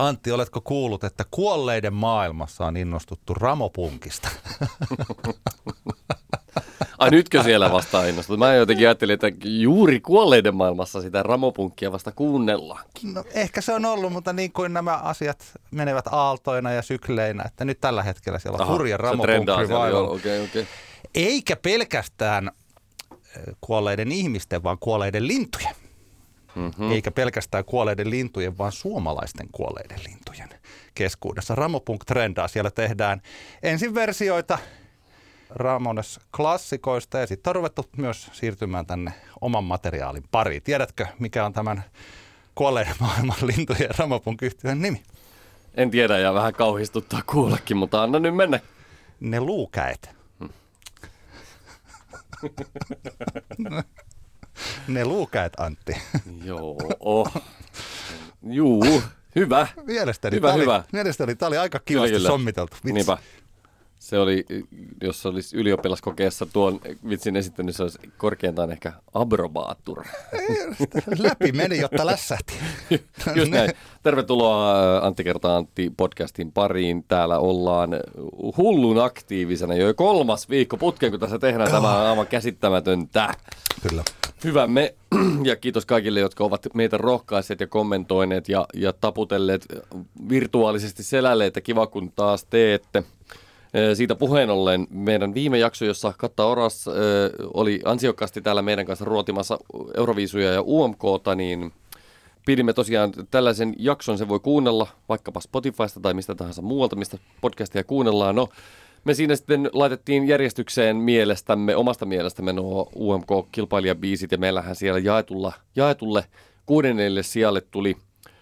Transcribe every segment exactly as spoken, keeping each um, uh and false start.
Antti, oletko kuullut, että kuolleiden maailmassa on innostuttu ramopunkista? Ai nytkö siellä vasta innostut? Mä jotenkin ajattelin, että juuri kuolleiden maailmassa sitä ramopunkkia vasta kuunnellaankin. No ehkä se on ollut, mutta niin kuin nämä asiat menevät aaltoina ja sykleinä, että nyt tällä hetkellä siellä on hurja ramopunk revival. Okay, okay. Eikä pelkästään kuolleiden ihmisten, vaan kuolleiden lintujen. Mm-hmm. Eikä pelkästään kuolleiden lintujen, vaan suomalaisten kuolleiden lintujen keskuudessa. Ramopunk trendaa. Siellä tehdään ensin versioita Ramones-klassikoista ja sitten on ruvettu myös siirtymään tänne oman materiaalin pariin. Tiedätkö, mikä on tämän kuolleiden maailman lintujen Ramopunk-yhtiön nimi? En tiedä ja vähän kauhistuttaa kuullakin, mutta anna nyt mennä. Ne luukäet. Hmm. Ne luukäet, Antti. Joo. Oh. Juu, hyvä. Mielestäni hyvä, tämä oli, hyvä. Mielestäni tämä oli aika kivasti kyllä, kyllä. sommiteltu. Vitsi. Niinpä. Se oli, jos olisi ylioppilaskokeessa tuon vitsin esittänyt, se olisi korkeintaan ehkä abrobaatur. Läpi meni, jotta lässähti. Just näin. Tervetuloa Antti kertaa Antti podcastin pariin. Täällä ollaan hullun aktiivisena jo kolmas viikko putkeen, kun tässä tehdään oh. tämä aivan käsittämätöntä. Kyllä. Hyvä me, ja kiitos kaikille, jotka ovat meitä rohkaiset ja kommentoineet ja, ja taputelleet virtuaalisesti selälle, että kiva kun taas teette. Siitä puheen ollen meidän viime jakso, jossa Katta Oras äh, oli ansiokkaasti täällä meidän kanssa ruotimassa Euroviisuja ja U M K:ta, niin pidimme tosiaan tällaisen jakson, se voi kuunnella vaikkapa Spotifysta tai mistä tahansa muualta, mistä podcastia kuunnellaan. No, me siinä sitten laitettiin järjestykseen mielestämme, omasta mielestämme nuo U M K-kilpailijabiisit ja meillähän siellä jaetulla, jaetulle kuudennelle sijalle tuli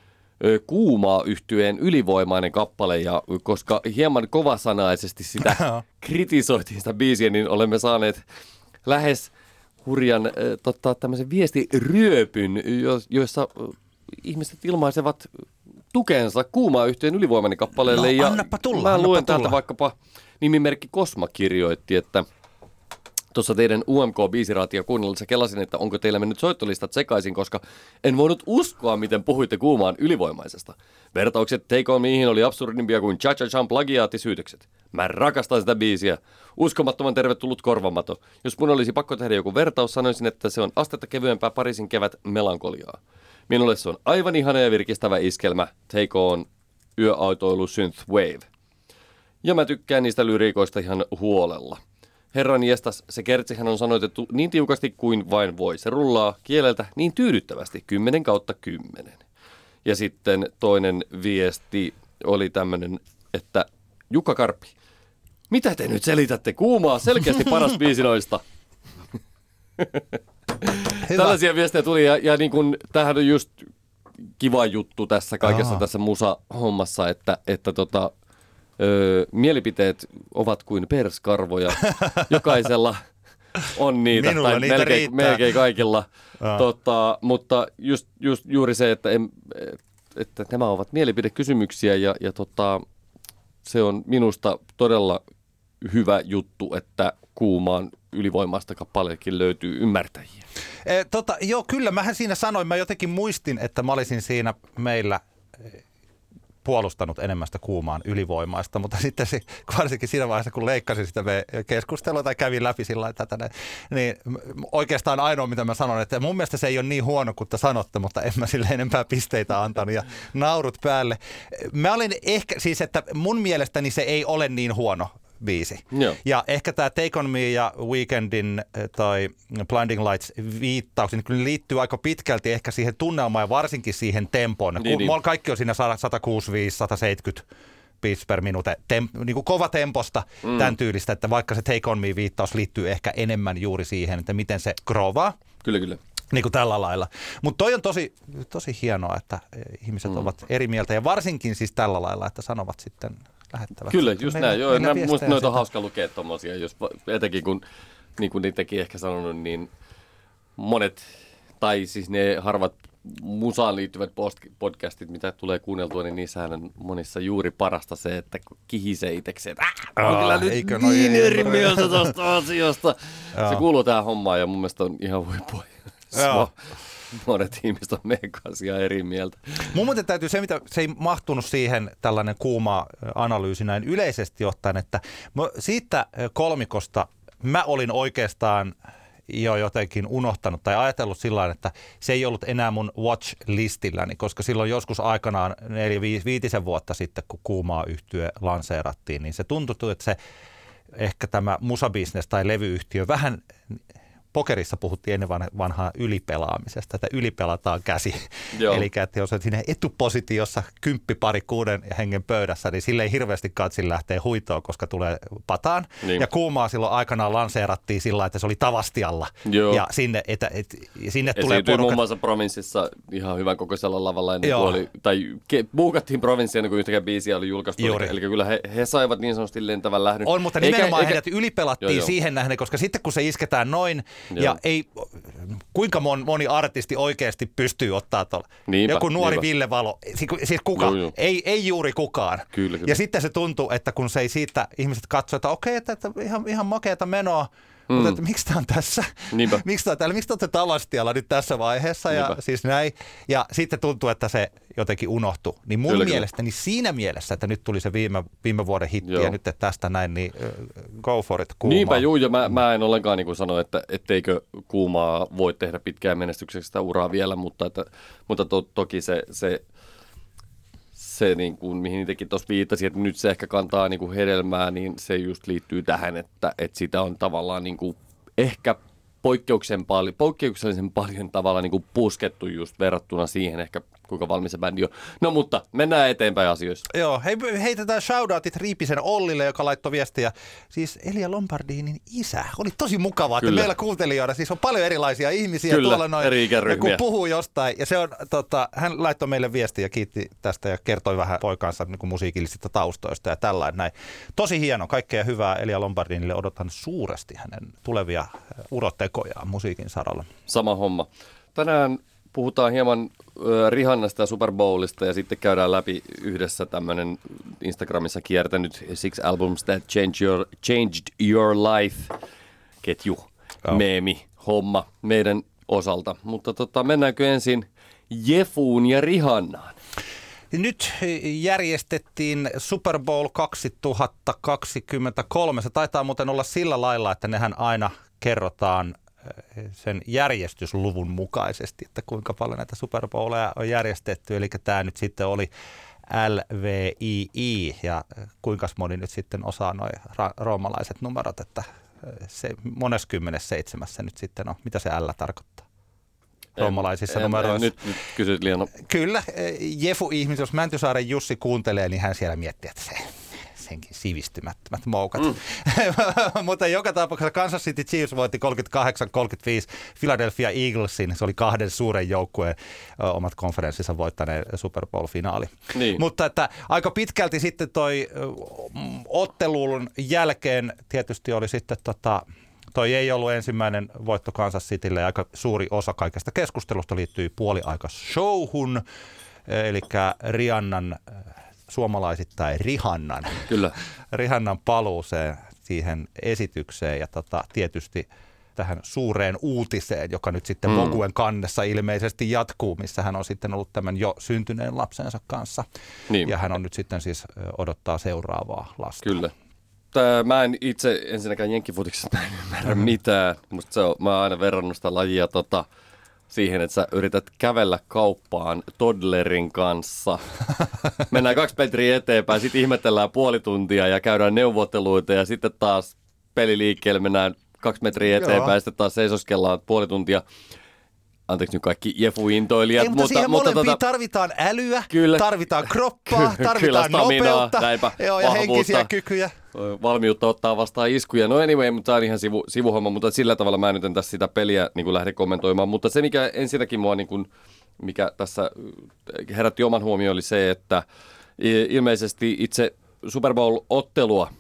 Kuumaa -yhtyeen ylivoimainen kappale, ja koska hieman kovasanaisesti sitä kritisoitiin sitä biisiä, niin olemme saaneet lähes hurjan äh, tota, tämmöisen viestiryöpyn, jo, joissa ihmiset ilmaisevat tukensa Kuumaa -yhtyeen ylivoimainen kappaleelle. No, ja annapa tulla, mä annapa luen tulla. täältä vaikkapa nimimerkki Kosma kirjoitti, että tuossa teidän U M K-biisiraatia kuunnellessa kelasin, että onko teillä mennyt soittolistat sekaisin, koska en voinut uskoa, miten puhuitte Kuumaan ylivoimaisesta. Vertaukset Take On Meihin oli absurdimpia kuin Cha Cha Chan plagiaattisyytökset. Mä rakastan sitä biisiä. Uskomattoman tervetullut korvamato. Jos mun olisi pakko tehdä joku vertaus, sanoisin, että se on astetta kevyempää Pariisin kevät melankoliaa. Minulle se on aivan ihana ja virkistävä iskelmä Take On yöautoilu synth wave. Ja mä tykkään niistä lyriikoista ihan huolella. Herran jestas, se kertsihän on sanoitettu niin tiukasti kuin vain voi. Se rullaa kieleltä niin tyydyttävästi, kymmenen kautta kymmenen. Ja sitten toinen viesti oli tämmöinen, että Jukka Karppi, mitä te nyt selitätte? Kuumaa, selkeästi paras biisi noista. Tällaisia viestejä tuli ja, ja niin kuin, tämähän on just kiva juttu tässä kaikessa Aha. tässä musa-hommassa, että, että tota... Öö, mielipiteet ovat kuin perskarvoja. Jokaisella on niitä, Minulla tai niitä melkein, melkein kaikilla. Tota, mutta just, just juuri se, että, en, että nämä ovat mielipidekysymyksiä ja, ja tota, se on minusta todella hyvä juttu, että Kuumaan ylivoimasta kappaleekin löytyy ymmärtäjiä. E, tota, joo, kyllä. Mähän siinä sanoin, mä jotenkin muistin, että mä olisin siinä meillä puolustanut enemmän sitä Kuumaan ylivoimaista, mutta sitten se, varsinkin siinä vaiheessa, kun leikkasin sitä keskustelua tai kävin läpi sillä lailla tätä, niin oikeastaan ainoa, mitä mä sanon, että mun mielestä se ei ole niin huono kuin te sanotte, mutta en mä sille enempää pisteitä antanut ja naurut päälle. Mä olin ehkä, siis että mun mielestäni se ei ole niin huono biisi. Joo. Ja ehkä tämä Take On Me ja Weekendin tai Blinding Lights viittaus, niin kyllä liittyy aika pitkälti ehkä siihen tunnelmaan ja varsinkin siihen tempoon. Niin, niin. Kaikki on siinä sata kuusikymmentäviisi sata seitsemänkymmentä beats per minuute, tem, niin kuin kova temposta, mm. tämän tyylistä, että vaikka se Take On Me viittaus liittyy ehkä enemmän juuri siihen, että miten se groovaa. Kyllä, kyllä. Niin kuin tällä lailla. Mutta toi on tosi, tosi hienoa, että ihmiset mm. ovat eri mieltä ja varsinkin siis tällä lailla, että sanovat sitten lähettävät. Kyllä, just meillä, näin. Joo, minusta noita on hauska lukea tommosia, jos etenkin kun, niin kuin niitäkin ehkä sanonut, niin monet, tai siis ne harvat musaan liittyvät podcastit, mitä tulee kuunneltua, niin niissähän on monissa juuri parasta se, että kihisee itsekseen, että on kyllä nyt eikö, niin no, eri mieltä tuosta asiasta. Se kuuluu tähän hommaan ja mun mielestä on ihan huippua. Joo. Monet ihmiset on meidän kanssa ihan eri mieltä. Mun muuten täytyy se, mitä se ei mahtunut siihen tällainen kuuma analyysi näin yleisesti ottaen, että siitä kolmikosta mä olin oikeastaan jo jotenkin unohtanut tai ajatellut sillä tavalla, että se ei ollut enää mun watch-listilläni, koska silloin joskus aikanaan neljä viitisen vuotta sitten, kun Kuumaa yhtye lanseerattiin, niin se tuntui, että se ehkä tämä musabisnes tai levyyhtiö vähän pokerissa puhuttiin ennen vanhaa ylipelaamisesta, että ylipelataan käsi. Eli että jos on siinä etupositiossa kymppi pari kuuden hengen pöydässä, niin sille ei hirveästi katsin lähtee huitoon, koska tulee pataan. Niin. Ja Kuumaa silloin aikanaan lanseerattiin sillä, että se oli Tavastialla. Joo. Ja sinne, että, et, sinne tulee porukat. Muun muassa Provinssissa ihan hyvän kokoisella lavalla ennen kuin oli, tai buukattiin Provinssia ennen kuin yhtäkään biisiä oli julkaistu. Juuri. Eli kyllä he, he saivat niin sanotusti lentävän lähdön. On, mutta nimenomaan eikä, eikä, ylipelattiin joo, siihen nähden, koska sitten kun se isketään noin, joo. Ja ei, kuinka moni artisti oikeasti pystyy ottaa tuolla. Joku nuori niinpä. Ville Valo, siis kuka? Joo, joo. Ei, ei juuri kukaan. Kyllä, kyllä. Ja sitten se tuntuu, että kun se ei siitä, ihmiset katsoo, että okei, että, että ihan, ihan makeata menoa, mm. mutta että miksi tämä on tässä? miksi tämä on täällä? Miksi te olette Tavastialla nyt tässä vaiheessa? Ja, siis näin. Ja sitten tuntuu, että se jotenkin unohtui. Niin mun kyllä, mielestäni kyllä. Siinä mielessä, että nyt tuli se viime, viime vuoden hitti joo. Ja nyt tästä näin, niin go for it, Kuumaa. Niinpä juu, ja mä, mä en ollenkaan niin kuin sano, että etteikö Kuumaa voi tehdä pitkään menestyksestä uraa vielä, mutta, että, mutta to, toki se, se, se niin kuin, mihin itsekin tuossa viittasin, että nyt se ehkä kantaa niin kuin hedelmää, niin se just liittyy tähän, että, että sitä on tavallaan niin kuin ehkä poikkeuksellisen paljon, poikkeuksellisen paljon tavalla niin kuin puskettu just verrattuna siihen ehkä, kuinka valmis se bändi on. No mutta mennään eteenpäin asioissa. Joo, hei, heitetään shoutoutit Riipisen Ollille, joka laittoi viestiä. Siis Elia Lombardinin isä. Oli tosi mukavaa, kyllä. Että meillä kuuntelijoina siis on paljon erilaisia ihmisiä. Kyllä, tuolla noin, eri ikäryhmiä. Ja kun puhuu jostain, ja se on, tota, hän laittoi meille viestiä ja kiitti tästä ja kertoi vähän poikaansa niin kuin musiikillisista taustoista ja tällainen näin. Tosi hieno, kaikkea hyvää Elia Lombardinille. Odotan suuresti hänen tulevia urotekojaan musiikin saralla. Sama homma. Tänään puhutaan hieman Rihannasta ja Super Bowlista ja sitten käydään läpi yhdessä tämmöinen Instagramissa kiertänyt Six Albums That Changed Your, changed your Life ketju, oh. meemi, homma meidän osalta. Mutta tota, mennäänkö ensin Jefuun ja Rihannaan? Nyt järjestettiin Super Bowl kaksituhattakaksikymmentäkolme. Se taitaa muuten olla sillä lailla, että nehän aina kerrotaan sen järjestysluvun mukaisesti, että kuinka paljon näitä Super Bowleja on järjestetty. Eli tämä nyt sitten oli L V I I ja kuinka moni nyt sitten osaa nuo ra- roomalaiset numerot, että se moneskymmenes seitsemässä nyt sitten on. Mitä se L tarkoittaa? Roomalaisissa numeroissa. Nyt, nyt kysyt liian. Kyllä, Jefu-ihmis, jos Mäntysaaren Jussi kuuntelee, niin hän siellä miettii, että se senkin sivistymättömät moukat. Mm. Mutta joka tapauksessa Kansas City Chiefs voitti kolmekymmentäkahdeksan kolmekymmentäviisi Philadelphia Eaglesin. Se oli kahden suuren joukkueen omat konferenssissa voittaneen Super Bowl-finaali. Niin. Mutta että aika pitkälti sitten toi ottelun jälkeen tietysti oli sitten tota, toi ei ollut ensimmäinen voitto Kansas Citylle ja aika suuri osa kaikesta keskustelusta liittyi puoliaikashowhun, eli Rihannan suomalaisittain Rihannan, Kyllä. Rihannan paluuseen siihen esitykseen ja tota, tietysti tähän suureen uutiseen, joka nyt sitten mm. Voguen kannessa ilmeisesti jatkuu, missä hän on sitten ollut tämän jo syntyneen lapsensa kanssa. Niin. Ja hän on nyt sitten siis odottaa seuraavaa lasta. Kyllä. Tää, mä en itse ensinnäkään jenkkifutiksesta en ymmärrä mitään. Musta se on, mä oon aina verrannut sitä lajia tota, siihen, että sä yrität kävellä kauppaan toddlerin kanssa. Mennään kaksi metriä eteenpäin, sitten ihmetellään puoli tuntia ja käydään neuvotteluita ja sitten taas peliliikkeelle mennään kaksi metriä eteenpäin Joo. ja sitten taas seisoskellaan puoli tuntia. Anteeksi nyt kaikki Jefu-intoilijat. Ei, mutta, mutta siihen mutta molempiin tota, tarvitaan älyä, kyllä, tarvitaan kroppaa, tarvitaan kyllä, staminaa, nopeutta näinpä, joo, ja henkisiä kykyjä. Valmiutta ottaa vastaan iskuja. No anyway, mutta tämä on ihan sivu, sivuhomma, mutta sillä tavalla mä nyt en tässä sitä peliä niin kuin lähde kommentoimaan. Mutta se, mikä ensinnäkin mua, niin kuin, mikä tässä herätti oman huomioon, oli se, että ilmeisesti itse Super Bowl-ottelua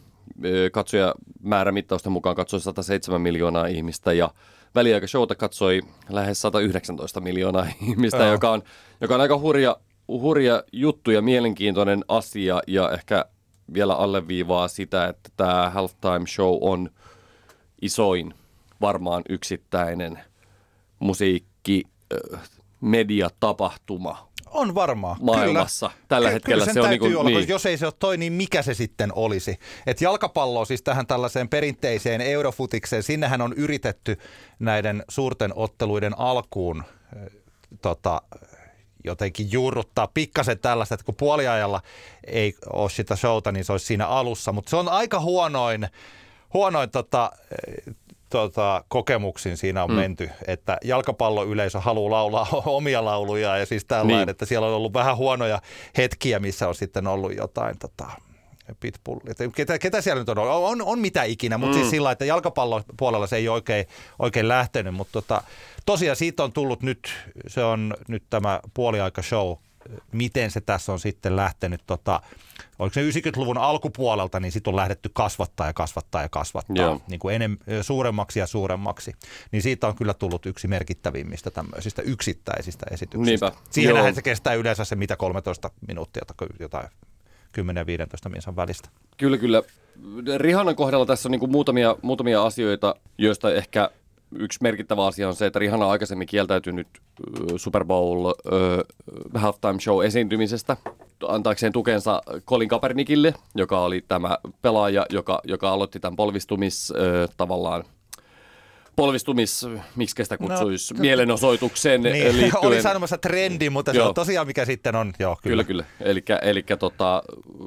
katsojamäärämittausten mukaan katsoi sata seitsemän miljoonaa ihmistä ja väliaikashowta katsoi lähes sata yhdeksäntoista miljoonaa ihmistä, joka on, joka on aika hurja, hurja juttu ja mielenkiintoinen asia ja ehkä vielä alleviivaa sitä, että tämä halftime show on isoin varmaan yksittäinen musiikki musiikki, mediatapahtuma on varmaan. Maailmassa. Kyllä. Tällä Ky- hetkellä kyllä se on täytyy niin kuin, olla, niin. Jos ei se ole toi, niin mikä se sitten olisi? Et jalkapallo siis tähän tällaiseen perinteiseen eurofutikseen, sinnehän on yritetty näiden suurten otteluiden alkuun äh, tota, jotenkin juurruttaa pikkasen tällaista, että kun puoliajalla ei ole sitä showta, niin se olisi siinä alussa, mutta se on aika huonoin, huonoin tota, tota, kokemuksin siinä on mm. menty, että jalkapalloyleisö haluaa laulaa omia lauluja ja siis tällainen, niin. Että siellä on ollut vähän huonoja hetkiä, missä on sitten ollut jotain tota, Pitbullia. Ketä, ketä siellä nyt on? On, on mitä ikinä, mutta mm. siis sillä, että jalkapallopuolella se ei oikein, oikein lähtenyt, mutta tota, tosiaan siitä on tullut nyt, se on nyt tämä puoliaika show, miten se tässä on sitten lähtenyt, tota, oliko se yhdeksänkymmentäluvun alkupuolelta, niin sitten on lähdetty kasvattaa ja kasvattaa ja kasvattaa niin kuin enem, suuremmaksi ja suuremmaksi. Niin siitä on kyllä tullut yksi merkittävimmistä tämmöisistä yksittäisistä esityksistä. Niinpä. Siihenhän se kestää yleensä se mitä kolmetoista minuuttia tai jotain kymmenen viisitoista minsan välistä. Kyllä, kyllä. Rihannan kohdalla tässä on niin kuin muutamia, muutamia asioita, joista ehkä yksi merkittävä asia on se, että Rihanna on aikaisemmin kieltäytynyt Super Bowl uh, halftime show esiintymisestä antaakseen tukensa Colin Kaepernickille, joka oli tämä pelaaja, joka, joka aloitti tämän polvistumis uh, tavallaan polvistumis, miksi sitä kutsuisi, no, mielenosoituksen niin, liittyen. Oli sanomassa trendi, mutta se on tosiaan mikä sitten on, joo kyllä. Kyllä, kyllä. Elikkä, elikkä tota,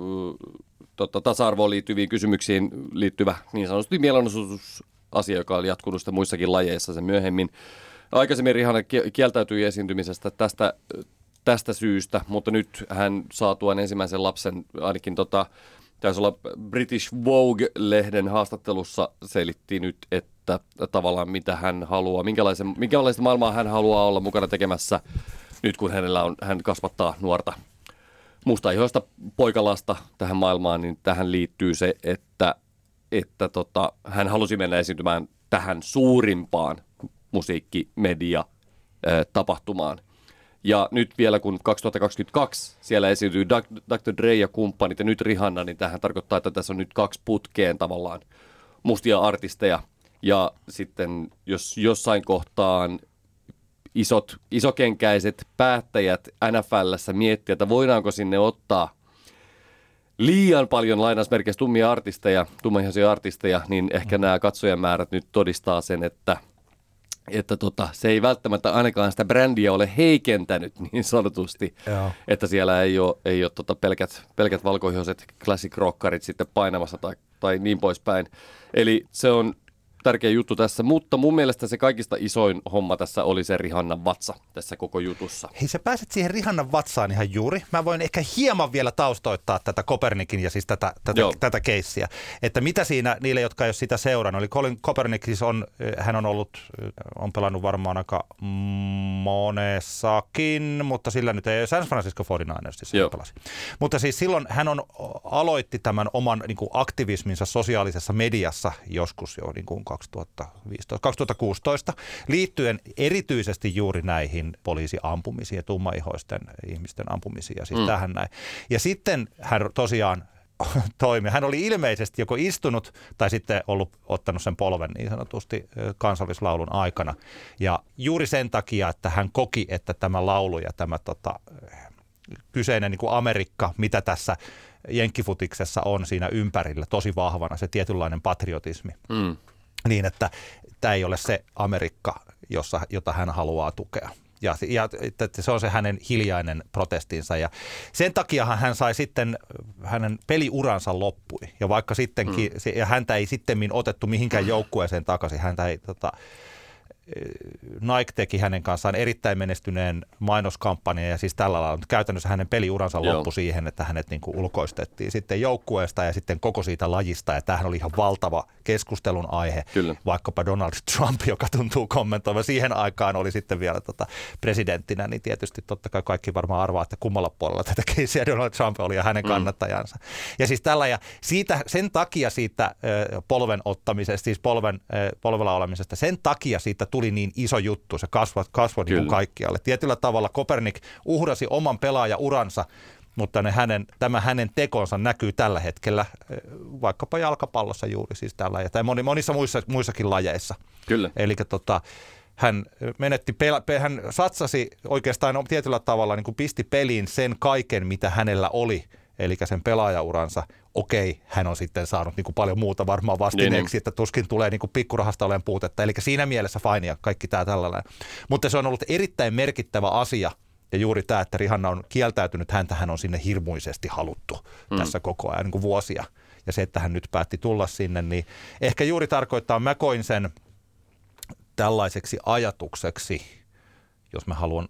tota, tasa-arvoon liittyviin kysymyksiin liittyvä niin sanotusti mielenosoitusasia, joka oli jatkunut sitten muissakin lajeissa sen myöhemmin. Aikaisemmin Rihanna kieltäytyi esiintymisestä tästä, tästä syystä, mutta nyt hän saa tuon ensimmäisen lapsen, ainakin tota, taisi olla British Vogue-lehden haastattelussa selitti nyt, että tavallaan mitä hän haluaa, minkälaisen, minkälaista maailmaa hän haluaa olla mukana tekemässä nyt, kun hänellä on, hän kasvattaa nuorta mustaihoista poikalasta tähän maailmaan, niin tähän liittyy se, että, että tota, hän halusi mennä esiintymään tähän suurimpaan musiikkimedia-tapahtumaan. Ja nyt vielä kun kaksituhattakaksikymmentäkaksi siellä esiintyy doktor Dre ja kumppanit ja nyt Rihanna, niin tämähän tarkoittaa, että tässä on nyt kaksi putkeen tavallaan mustia artisteja. Ja sitten jos jossain kohtaan isot, isokenkäiset päättäjät N F L:ssä miettii, että voidaanko sinne ottaa liian paljon lainausmerkeissä tummia artisteja, tummaihoisia artisteja, niin ehkä nämä katsojamäärät nyt todistaa sen, että että tota, se ei välttämättä ainakaan sitä brändiä ole heikentänyt niin sanotusti, Joo. että siellä ei ole, ei ole tota pelkät, pelkät valkoihoiset classic rockarit sitten painamassa tai, tai niin poispäin. Eli se on tärkeä juttu tässä, mutta mun mielestä se kaikista isoin homma tässä oli se Rihannan vatsa tässä koko jutussa. Hei, sä pääset siihen Rihannan vatsaan ihan juuri. Mä voin ehkä hieman vielä taustoittaa tätä Kopernikin ja siis tätä, tätä, tätä keissiä. Että mitä siinä niille, jotka ei ole sitä seurannut. Eli Colin Kaepernick siis on, hän on ollut, on pelannut varmaan aika monessakin, mutta sillä nyt ei San Francisco forty-ninersissa pelasi. Mutta siis silloin hän on aloitti tämän oman niin kuin aktivisminsa sosiaalisessa mediassa joskus jo niin kuin kaksituhattaviisitoista kaksituhattakuusitoista liittyen erityisesti juuri näihin poliisiampumisiin ja tummaihoisten ihmisten ampumisiin ja siis mm. tähän näin. Ja sitten hän tosiaan toimi. Hän oli ilmeisesti joko istunut tai sitten ollut ottanut sen polven niin sanotusti kansallislaulun aikana. Ja juuri sen takia, että hän koki, että tämä laulu ja tämä tota, kyseinen niin kuin Amerikka, mitä tässä jenkkifutiksessa on siinä ympärillä tosi vahvana, se tietynlainen patriotismi. Mm. Niin, että tämä ei ole se Amerikka, jossa, jota hän haluaa tukea. Ja, ja että se on se hänen hiljainen protestinsa. Ja sen takiahan hän sai sitten, hänen peliuransa loppui. Ja vaikka sittenkin, mm. ja häntä ei sittemmin otettu mihinkään joukkueeseen takaisin, häntä ei... Tota, Nike teki hänen kanssaan erittäin menestyneen mainoskampanjan ja siis tällä lailla, mutta käytännössä hänen peliuransa Joo. loppui siihen, että hänet niin kuin ulkoistettiin sitten joukkueesta ja sitten koko siitä lajista ja tämähän oli ihan valtava keskustelun aihe, Kyllä. vaikkapa Donald Trump, joka tuntuu kommentoimaan siihen aikaan oli sitten vielä tota presidenttinä, niin tietysti totta kai kaikki varmaan arvaa, että kummalla puolella tätä keisiä Donald Trump oli ja hänen kannattajansa. Mm. Ja siis tällä ja siitä, sen takia siitä äh, polven ottamisesta, siis polven, äh, polvella olemisesta, sen takia siitä tuli niin iso juttu, se kasvoi, kasvoi niin kuin kaikkialle. Tietyllä tavalla Kaepernick uhrasi oman pelaajauransa, mutta ne hänen, tämä hänen tekonsa näkyy tällä hetkellä vaikkapa jalkapallossa juuri siis tällä ja tai monissa muissa, muissakin lajeissa. Kyllä. Eli tota, hän menetti, pel- hän satsasi oikeastaan tietyllä tavalla, niin kuin pisti peliin sen kaiken, mitä hänellä oli, eli sen pelaajauransa. Okei, hän on sitten saanut niin kuin paljon muuta varmaan vastineeksi, että tuskin tulee niin kuin pikkurahasta olen puutetta. Eli siinä mielessä fine ja kaikki tämä tällainen. Mutta se on ollut erittäin merkittävä asia. Ja juuri tämä, että Rihanna on kieltäytynyt, häntähän on sinne hirmuisesti haluttu mm. tässä koko ajan niin kuin vuosia. Ja se, että hän nyt päätti tulla sinne, niin ehkä juuri tarkoittaa, mä koin sen tällaiseksi ajatukseksi, jos mä haluan,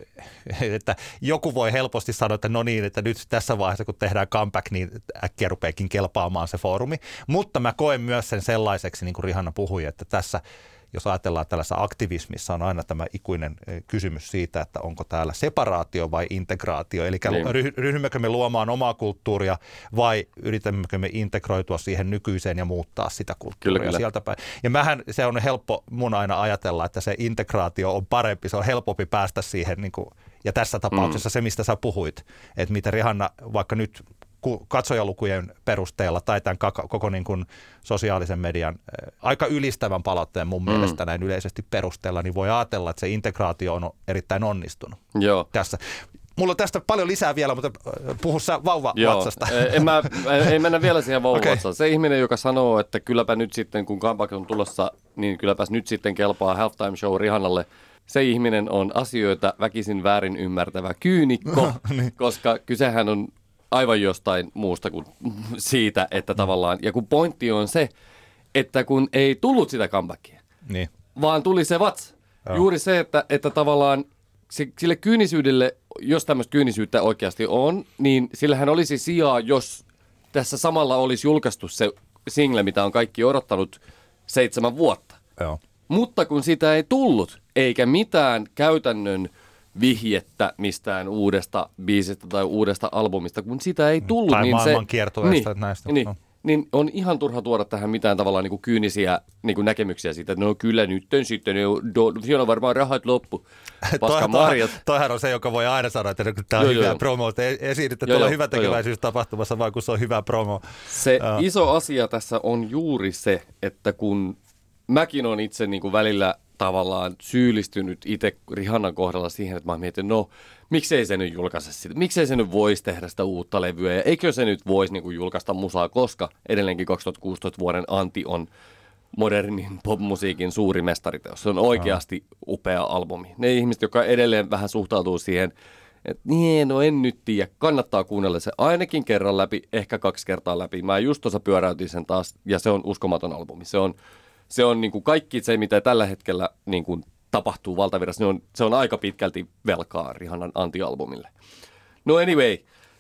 että joku voi helposti sanoa, että no niin, että nyt tässä vaiheessa, kun tehdään comeback, niin äkkiä rupeekin kelpaamaan se foorumi. Mutta mä koen myös sen sellaiseksi, niin kuin Rihanna puhui, että tässä, jos ajatellaan tällaisessa aktivismissa, on aina tämä ikuinen kysymys siitä, että onko täällä separaatio vai integraatio. Eli niin. ryhdymmekö me luomaan omaa kulttuuria vai yritämmekö me integroitua siihen nykyiseen ja muuttaa sitä kulttuuria kyllä, sieltä päin. Ja mähän, se on helppo mun aina ajatella, että se integraatio on parempi, se on helpompi päästä siihen, niin kuin, ja tässä tapauksessa mm. se, mistä sä puhuit, että mitä Rihanna vaikka nyt katsojalukujen perusteella tai tämän koko niin kuin sosiaalisen median aika ylistävän palautteen mun mm. mielestä näin yleisesti perusteella, niin voi ajatella, että se integraatio on erittäin onnistunut Joo. tässä. Mulla on tästä paljon lisää vielä, mutta puhu sä vauva-vatsasta. En mä, ei mennä vielä siihen vauva-vatsaan. Okay. Se ihminen, joka sanoo, että kylläpä nyt sitten, kun comeback on tulossa, niin kylläpäs nyt sitten kelpaa halftime show Rihannalle. Se ihminen on asioita väkisin väärin ymmärtävä kyynikko, niin. Koska kysehän on aivan jostain muusta kuin siitä, että mm. tavallaan, ja kun pointti on se, että kun ei tullut sitä comebackia, niin. vaan tuli se vats. Joo. Juuri se, että, että tavallaan se, sille kyynisyydelle, jos tämmöistä kyynisyyttä oikeasti on, niin sillähän olisi sijaa, jos tässä samalla olisi julkaistu se single, mitä on kaikki odottanut seitsemän vuotta. Joo. Mutta kun sitä ei tullut, eikä mitään käytännön vihjettä mistään uudesta biisistä tai uudesta albumista, kun sitä ei tullut. Tai niin maailman se, kiertueesta niin, näistä. Niin, no. niin on ihan turha tuoda tähän mitään tavallaan niin kuin kyynisiä niin kuin näkemyksiä siitä, että no kyllä nyt sitten, siinä on varmaan rahat loppu. Paska marjat. Toihan on se, joka voi aina sanoa, että tämä on joo, hyvä joo. promo. Te esiinnytte tuolla hyvä tekeväisyystapahtumassa, vaan kun se on hyvä promo. Se uh. iso asia tässä on juuri se, että kun mäkin olen itse niin kuin välillä tavallaan syyllistynyt itse Rihannan kohdalla siihen, että mä mietin, no miksei se nyt julkaise sitä, miksei se nyt voisi tehdä sitä uutta levyä ja eikö se nyt voisi niin kuin julkaista musaa, koska edelleenkin kaksituhattakuusitoista vuoden Anti on modernin popmusiikin suuri mestariteos. Se on oikeasti upea albumi. Ne ihmiset, jotka edelleen vähän suhtautuu siihen, että niin, no en nyt tiedä, kannattaa kuunnella se ainakin kerran läpi, ehkä kaksi kertaa läpi. Mä just tuossa pyöräytin sen taas ja se on uskomaton albumi. Se on Se on niin kuin kaikki se, mitä tällä hetkellä niin kuin tapahtuu valtavirrassa, se on, se on aika pitkälti velkaa Rihannan Anti-albumille. No anyway,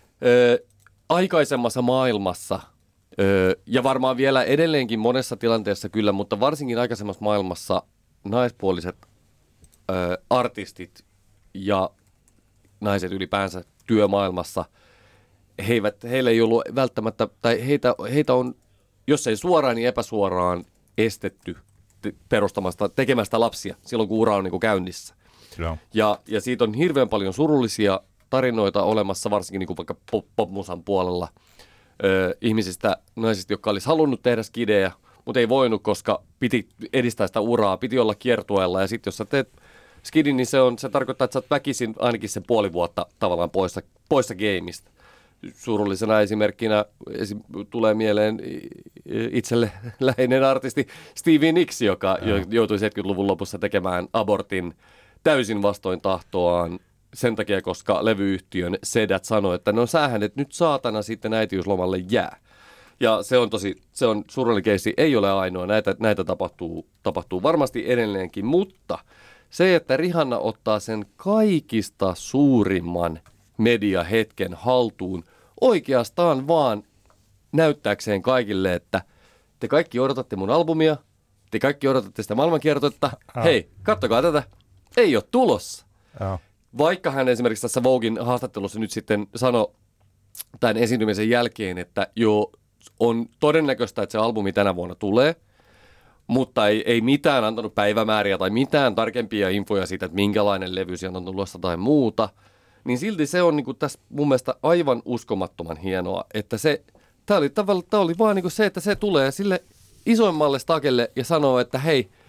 ö, aikaisemmassa maailmassa, ö, ja varmaan vielä edelleenkin monessa tilanteessa kyllä, mutta varsinkin aikaisemmassa maailmassa naispuoliset ö, artistit ja naiset ylipäänsä työmaailmassa, he eivät, heillä ei ollut välttämättä, tai heitä, heitä on, jos ei suoraan, niin epäsuoraan, estetty perustamasta, tekemästä lapsia silloin, kun ura on niin kuin käynnissä. No. Ja, ja siitä on hirveän paljon surullisia tarinoita olemassa, varsinkin niin kuin vaikka pop- popmusan puolella ö, ihmisistä, naisista, jotka olisi halunnut tehdä skidejä, mutta ei voinut, koska piti edistää sitä uraa, piti olla kiertueella. Ja sitten jos sä teet skidin, niin se, on, se tarkoittaa, että sä oot väkisin ainakin sen puoli vuotta tavallaan poissa, poissa gameista. Surullisena esimerkkinä esim, tulee mieleen itselle läheinen artisti Stevie Nicks, joka ja. joutui seitsemänkymmentäluvun lopussa tekemään abortin täysin vastoin tahtoaan sen takia, koska levyyhtiön sedät sanoi, että no sähän et nyt saatana sitten äitiyslomalle jää. Ja se on tosi, se on surullinen keissi, ei ole ainoa, näitä, näitä tapahtuu, tapahtuu varmasti edelleenkin, mutta se, että Rihanna ottaa sen kaikista suurimman mediahetken haltuun, oikeastaan vaan näyttääkseen kaikille, että te kaikki odotatte mun albumia, te kaikki odotatte sitä maailmankiertoetta, ah. hei, kattokaa tätä, ei ole tulossa. Ah. Vaikka hän esimerkiksi tässä Voguein haastattelussa nyt sitten sanoi tämän esiintymisen jälkeen, että joo, on todennäköistä, että se albumi tänä vuonna tulee, mutta ei, ei mitään antanut päivämääriä tai mitään tarkempia infoja siitä, että minkälainen levy sieltä on tulossa tai muuta, niin silti se on niin kuin tässä mun mielestä aivan uskomattoman hienoa, että se, tämä oli, tämä oli vaan niin kuin se, että se tulee sille isoimmalle stakelle ja sanoo, että hei,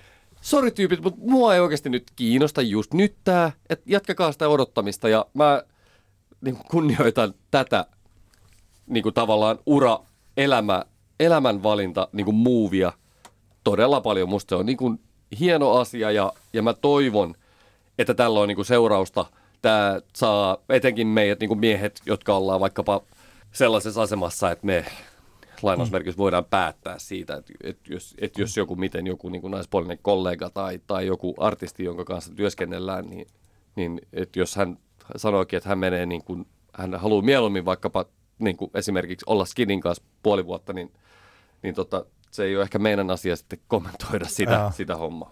sori tyypit, mutta mua ei oikeasti nyt kiinnosta just nyt tää, että jatkakaa sitä odottamista ja mä niin kunnioitan tätä niin kuin tavallaan ura, elämä, elämänvalinta, niin kuin muuvia todella paljon. Musta se on niin kuin hieno asia ja, ja mä toivon, että tällä on niin kuin seurausta. Tämä saa etenkin meidät niin kuin miehet, jotka ollaan vaikkapa sellaisessa asemassa, että me lainausmerkissä voidaan päättää siitä, että, että, jos, että jos joku, miten joku niin kuin naispuolinen kollega tai, tai joku artisti, jonka kanssa työskennellään, niin, niin että jos hän sanoikin, että hän menee niin kuin, hän haluaa mieluummin vaikkapa niin kuin esimerkiksi olla Skidin kanssa puoli vuotta, niin, niin tota, se ei ole ehkä meidän asia sitten kommentoida sitä, sitä hommaa.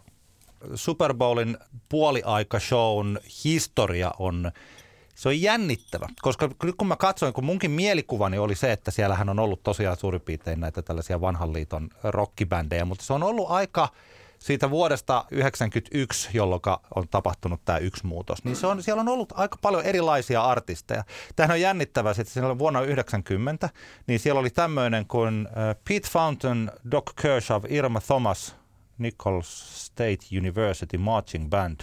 Super Bowlin puoliaikashown historia on, se on jännittävä, koska nyt kun mä katsoin, kun munkin mielikuvani oli se, että siellähän on ollut tosiaan suurin piirtein näitä tällaisia vanhan liiton rockibändejä, mutta se on ollut aika siitä vuodesta yhdeksänkymmentäyksi, jolloin on tapahtunut tämä yksi muutos, niin se on, siellä on ollut aika paljon erilaisia artisteja. Tämähän on jännittävää, että siellä vuonna yhdeksänkymmentä, niin siellä oli tämmöinen kuin Pete Fountain, Doc Kershaw, Irma Thomas, Nichols State University Marching Band.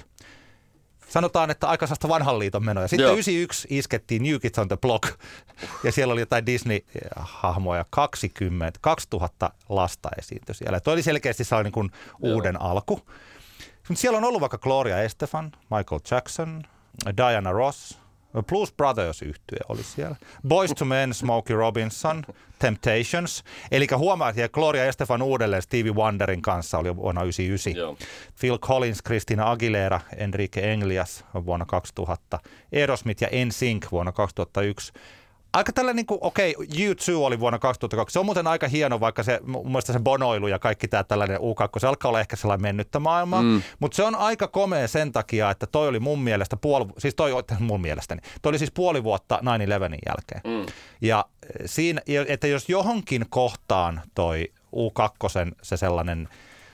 Sanotaan, että aika sellaista vanhan liiton menoja. Sitten Joo. yhdeksänkymmentäyksi iskettiin New Kids on the Block, ja siellä oli jotain Disney-hahmoja, kaksikymmentä, kaksituhatta lasta esiintyi siellä. Tuo oli selkeästi sellainen niin kuin uuden alku. Mutta siellä on ollut vaikka Gloria Estefan, Michael Jackson, Diana Ross, Blues Brothers-yhtye oli siellä. Boyz two Men, Smokey Robinson, Temptations. Eli huomaa, että Gloria Estefan uudelleen Stevie Wonderin kanssa oli vuonna yhdeksänkymmentäyhdeksän. Joo. Phil Collins, Christina Aguilera, Enrique Iglesias vuonna kaksituhatta. Aerosmith ja N Sync vuonna kaksituhattayksi. Aika tällä niin kuin, okei, okay, U two oli vuonna kaksituhattakaksi. Se on muuten aika hieno, vaikka se, mun mielestä se bonoilu ja kaikki tämä tällainen U kaksi, se alkaa olla ehkä sellainen mennyttä maailmaa. Mm. Mutta se on aika komea sen takia, että toi oli mun mielestä puoli, siis toi mun mielestäni, toi oli siis puoli vuotta nine eleven jälkeen. Mm. Ja siinä, että jos johonkin kohtaan toi U kaksi, se sellainen,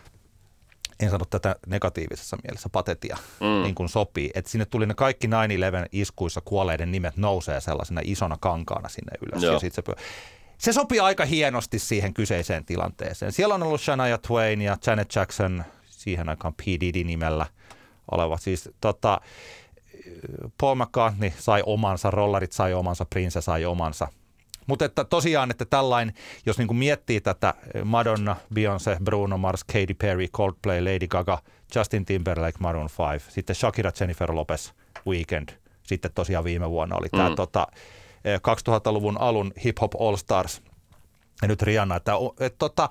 en sano tätä negatiivisessa mielessä, patetia, mm. niin kuin sopii. Että sinne tuli ne kaikki nine eleven iskuissa kuolleiden nimet nousee sellaisena isona kankaana sinne ylös. Ja sit se, se sopii aika hienosti siihen kyseiseen tilanteeseen. Siellä on ollut Shania Twain ja Janet Jackson, siihen aikaan P. Diddy-nimellä oleva. Siis tota, Paul McCartney sai omansa, Rollarit sai omansa, Prince sai omansa. Mutta että tosiaan, että tällainen, jos niinku miettii tätä Madonna, Beyoncé, Bruno Mars, Katy Perry, Coldplay, Lady Gaga, Justin Timberlake, Maroon five, sitten Shakira, Jennifer Lopez, Weekend, sitten tosiaan viime vuonna oli tämä mm. tota, kaksituhattaluvun alun Hip Hop All Stars ja nyt Rihanna, että et, tota,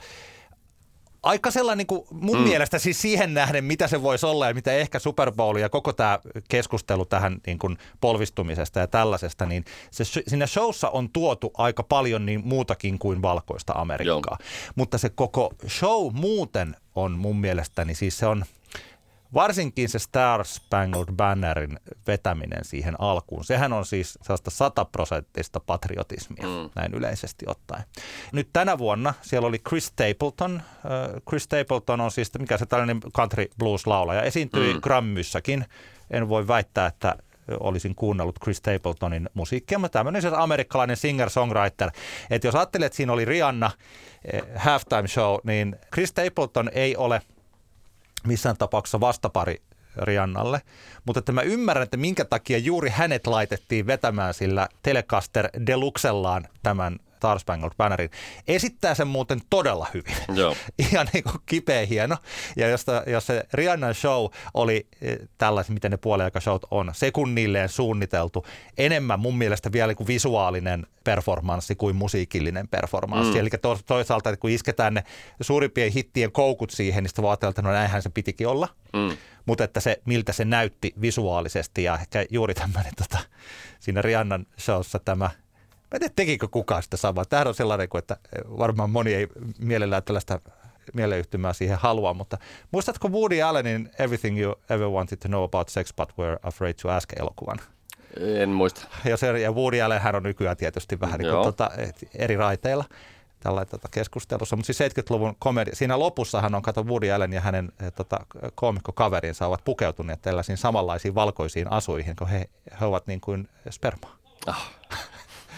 aika sellainen niin kuin mun mm. mielestä siis siihen nähden, mitä se voisi olla ja mitä ehkä Super Bowl ja koko tämä keskustelu tähän niin kuin polvistumisesta ja tällaisesta, niin se, siinä showssa on tuotu aika paljon niin muutakin kuin valkoista Amerikkaa. Joo. Mutta se koko show muuten on mun mielestäni, siis se on varsinkin se Star Spangled Bannerin vetäminen siihen alkuun. Sehän on siis sellaista sataprosenttista patriotismia, mm. näin yleisesti ottaen. Nyt tänä vuonna siellä oli Chris Stapleton. Chris Stapleton on siis, mikä se tällainen country blues-laulaja, esiintyi mm. Grammyssäkin. En voi väittää, että olisin kuunnellut Chris Stapletonin musiikkia, mutta tämmöinen siis amerikkalainen singer-songwriter. Että jos ajattelet, että siinä oli Rihanna halftime show, niin Chris Stapleton ei ole missään tapauksessa vastapari Rihannalle, mutta että mä ymmärrän, että minkä takia juuri hänet laitettiin vetämään sillä Telecaster Deluxellaan tämän Star Spangled Bannerin. Esittää sen muuten todella hyvin. Joo. Ihan niin kuin kipeä hieno. Ja jos, jos se Rihannan show oli tällaisen, miten ne puoliaikashowt on, sekunnilleen suunniteltu, enemmän mun mielestä vielä kuin visuaalinen performanssi kuin musiikillinen performanssi. Mm. Eli to, toisaalta, että kun isketään ne suurimpien hittien koukut siihen, niin sitten voi ajatella, että no näinhän se pitikin olla. Mm. Mutta että se, miltä se näytti visuaalisesti ja ehkä juuri tämmöinen tota, siinä Rihannan showssa tämä. Mä en tiedä, tekikö kukaan sitä samaa. Tämähän on sellainen, että varmaan moni ei mielellään tällaista mieleyhtymää siihen halua, mutta muistatko Woody Allenin Everything You Ever Wanted to Know About Sex But Were Afraid to Ask -elokuvan? En muista. Ja, se, ja Woody Allen hän on nykyään tietysti vähän niin kuin tota, eri raiteilla tällainen tota, keskustelussa, mutta siis seitsemänkymmentäluvun komedia, siinä lopussahan on, kato Woody Allen ja hänen tota, koomikkokaverinsa ovat pukeutuneet tällaisiin samanlaisiin valkoisiin asuihin, kun he, he ovat niin kuin spermaa. Ah.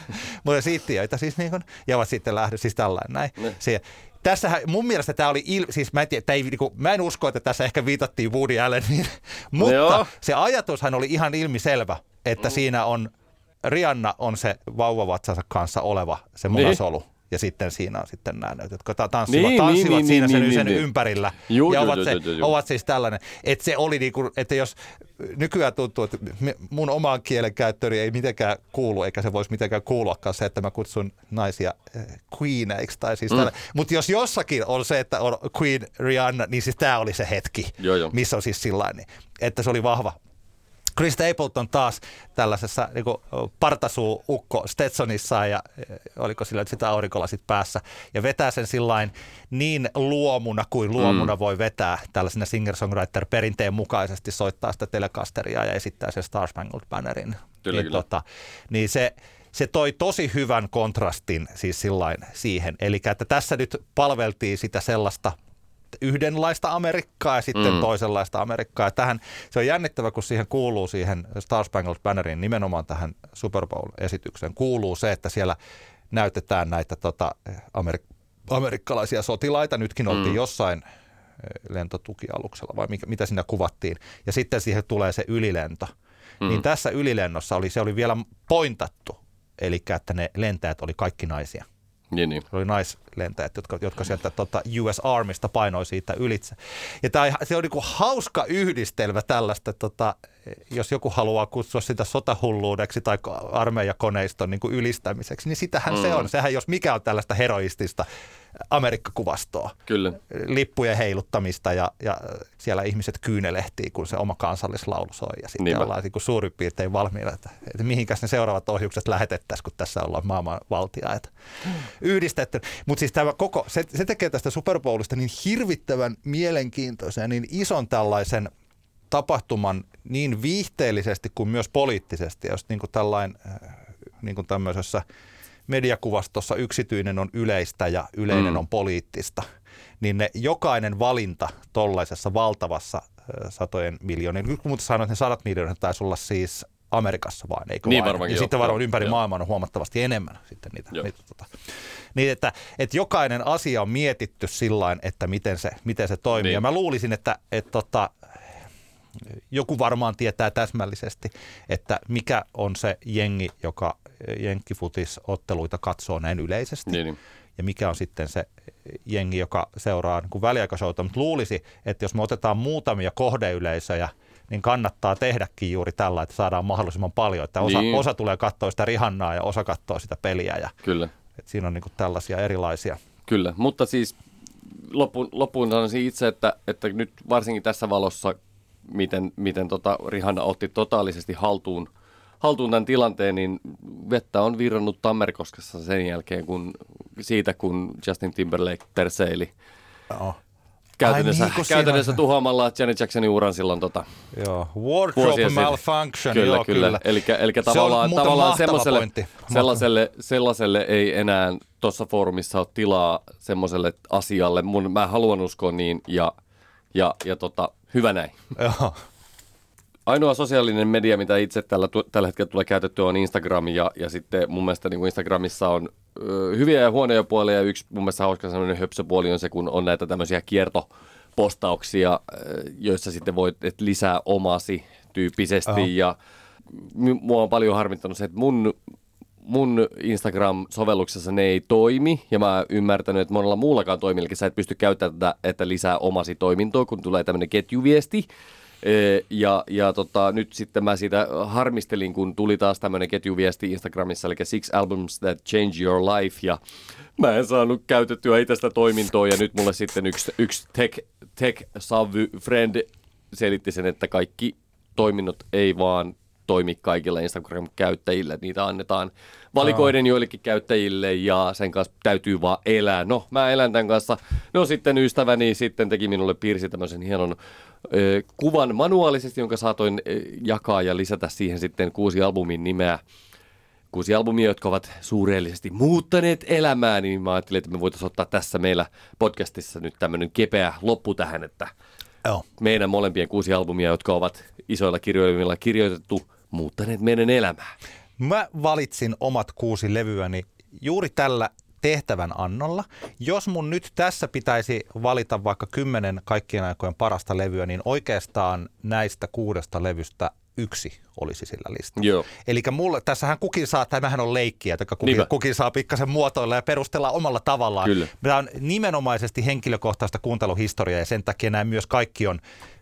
mutta siittiöitä siis niin kuin, ja ovat sitten lähdössä, siis tällainen näin. Se, tässähän mun mielestä tämä oli, il, siis mä en, tiedä, ei, niin kuin, mä en usko, että tässä ehkä viitattiin Woody Alleniin, mutta Joo. se ajatushan oli ihan ilmiselvä, että mm. siinä on, Rihanna on se vauvavatsansa kanssa oleva se munasolu. Niin. Ja sitten siinä on sitten nämä, jotka tanssivat, niin, tanssivat niin, siinä niin, sen, niin, sen niin, ympärillä. Juu, ja ovat, ju, se, ju, ju, ju. ovat siis tällainen, että se oli niin kuin, että jos nykyään tuntuu, että mun omaan kielen käyttöön ei mitenkään kuulu, eikä se voisi mitenkään kuuluakaan se, että mä kutsun naisia queeneiksi tai siis mm. Mutta jos jossakin on se, että on Queen Rihanna, niin siis tämä oli se hetki, jo, jo. missä on siis sillain, että se oli vahva. Chris Stapleton taas tällaisessa niin partasuu-ukko Stetsonissa ja oliko sillä nyt sitä aurinkolasit päässä ja vetää sen sillain niin luomuna kuin luomuna mm. voi vetää tällaisena singer-songwriter-perinteen mukaisesti soittaa sitä Telecasteria ja esittää sen Star Spangled Bannerin. Kyllä, niin, kyllä. Tota, niin se, se toi tosi hyvän kontrastin siis sillain siihen. Eli että tässä nyt palveltiin sitä sellaista yhdenlaista Amerikkaa ja sitten mm. toisenlaista Amerikkaa. Ja tähän, se on jännittävä, kun siihen kuuluu siihen Star Spangled Banneriin, nimenomaan tähän Super Bowl-esitykseen, kuuluu se, että siellä näytetään näitä tota, amerik- amerikkalaisia sotilaita. Nytkin oltiin mm. jossain lentotukialuksella, vai mikä, mitä siinä kuvattiin. Ja sitten siihen tulee se ylilento. Mm. Niin tässä ylilennossa oli, se oli vielä pointattu, eli että ne lentäjät oli kaikki naisia. Niin, niin. Se oli naislentäjät, jotka, jotka sieltä tota, U S Armysta painoi siitä ylitse. Ja tää, se on niinku hauska yhdistelmä tällaista, tota, jos joku haluaa kutsua sitä sotahulluudeksi tai armeijakoneiston niinku ylistämiseksi, niin sitähän mm. se on. Sehän jos mikä on tällaista heroistista Amerikkakuvastoa. Kyllä. Lippujen heiluttamista ja, ja siellä ihmiset kyynelehtii, kun se oma kansallislaulu soi. Ja sitten Niinpä. ollaan niin suurin piirtein valmiina, että, että mihinkäs ne seuraavat ohjukset lähetettäisiin, kun tässä ollaan maailman valtiaita. Hmm. Yhdistetty. Mutta siis tämä koko, se, se tekee tästä Super Bowlista niin hirvittävän mielenkiintoisen ja niin ison tällaisen tapahtuman niin viihteellisesti kuin myös poliittisesti. Jos niin kuin tällainen, niin kuin tämmöisessä mediakuvastossa yksityinen on yleistä ja yleinen mm. on poliittista, niin ne jokainen valinta tollaisessa valtavassa äh, satojen miljoonien, nyt kun sanoin, että ne sadat miljoonat taisi olla siis Amerikassa vaan, eikö niin vain? Ja jo, sitten varmaan jo, ympäri jo. maailman on huomattavasti enemmän sitten niitä. niitä tota. Niin, että, että jokainen asia on mietitty sillain, että miten se, miten se toimii. Niin. Ja mä luulisin, että, että tota, joku varmaan tietää täsmällisesti, että mikä on se jengi, joka jenkkifutisotteluita katsoo näin yleisesti. Niin, niin. Ja mikä on sitten se jengi, joka seuraa niin kuin väliaikashowta. Mutta luulisi, että jos me otetaan muutamia kohdeyleisöjä, niin kannattaa tehdäkin juuri tällä, että saadaan mahdollisimman paljon. Että osa, niin. osa tulee katsoa sitä Rihannaa ja osa katsoo sitä peliä. Ja, Kyllä. Että siinä on niin kuin tällaisia erilaisia. Kyllä, mutta siis loppuun, loppuun sanoisin itse, että, että nyt varsinkin tässä valossa, miten, miten tota Rihanna otti totaalisesti haltuun, haltuun tämän tilanteen, niin vettä on virrannut Tammerkoskessa sen jälkeen, kun, siitä kun Justin Timberlake terseili. Oh. Käytännössä, Ai, niin, käytännössä tuhoamalla Janet Jacksonin uran silloin tota, joo. Wardrobe malfunction. Kyllä, joo, kyllä. kyllä. Eli, eli tavallaan, tavallaan sellaiselle, sellaiselle, sellaiselle ei enää tuossa foorumissa ole tilaa semmoiselle asialle. Mun, mä haluan uskoa niin ja, ja, ja tota, hyvä näin. Joo. Ainoa sosiaalinen media, mitä itse tällä, tällä hetkellä tulee käytettyä, on Instagram. Ja, ja sitten mun mielestä niin kuin Instagramissa on ö, hyviä ja huonoja puolia. Ja yksi mun mielestä hauska sellainen höpsöpuoli on se, kun on näitä tämmöisiä kiertopostauksia, joissa sitten voit lisää omasi tyyppisesti. Uh-huh. Ja mua on paljon harmittanut se, että mun, mun Instagram-sovelluksessa ne ei toimi. Ja mä oon ymmärtänyt, että monella muullakaan toimii. Eli sä et pysty käyttämään tätä, että lisää omasi toimintoa, kun tulee tämmöinen ketjuviesti. Ja, ja tota, nyt sitten mä siitä harmistelin, kun tuli taas tämmöinen ketjuviesti Instagramissa, eli Six Albums That Change Your Life, ja mä en saanut käytettyä itse sitä toimintoa, ja nyt mulle sitten yksi, yksi tech, tech-savvy-friend selitti sen, että kaikki toiminnot ei vaan toimi kaikille Instagram-käyttäjille, niitä annetaan valikoiden joillekin käyttäjille, ja sen kanssa täytyy vaan elää. No, mä elän tämän kanssa. No sitten ystäväni sitten teki minulle piirsi tämmöisen hienon ö, kuvan manuaalisesti, jonka saatoin ö, jakaa ja lisätä siihen sitten kuusi albumin nimeä. Kuusi albumia, jotka ovat suureellisesti muuttaneet elämää, niin mä ajattelin, että me voitaisiin ottaa tässä meillä podcastissa nyt tämmöinen kepeä loppu tähän, että oh. meidän molempien kuusi albumia, jotka ovat isoilla kirjoimilla kirjoitettu, muuttaneet meidän elämää. Mä valitsin omat kuusi levyäni juuri tällä tehtävän annolla. Jos mun nyt tässä pitäisi valita vaikka kymmenen kaikkien aikojen parasta levyä, niin oikeastaan näistä kuudesta levystä yksi olisi sillä listalla. Eli mulle, tässähän kukin saa, tämähän on leikkiä, että kukin, kukin saa pikkasen muotoilla ja perustella omalla tavallaan. Kyllä. Tämä on nimenomaisesti henkilökohtaista kuunteluhistoriaa ja sen takia nämä myös kaikki on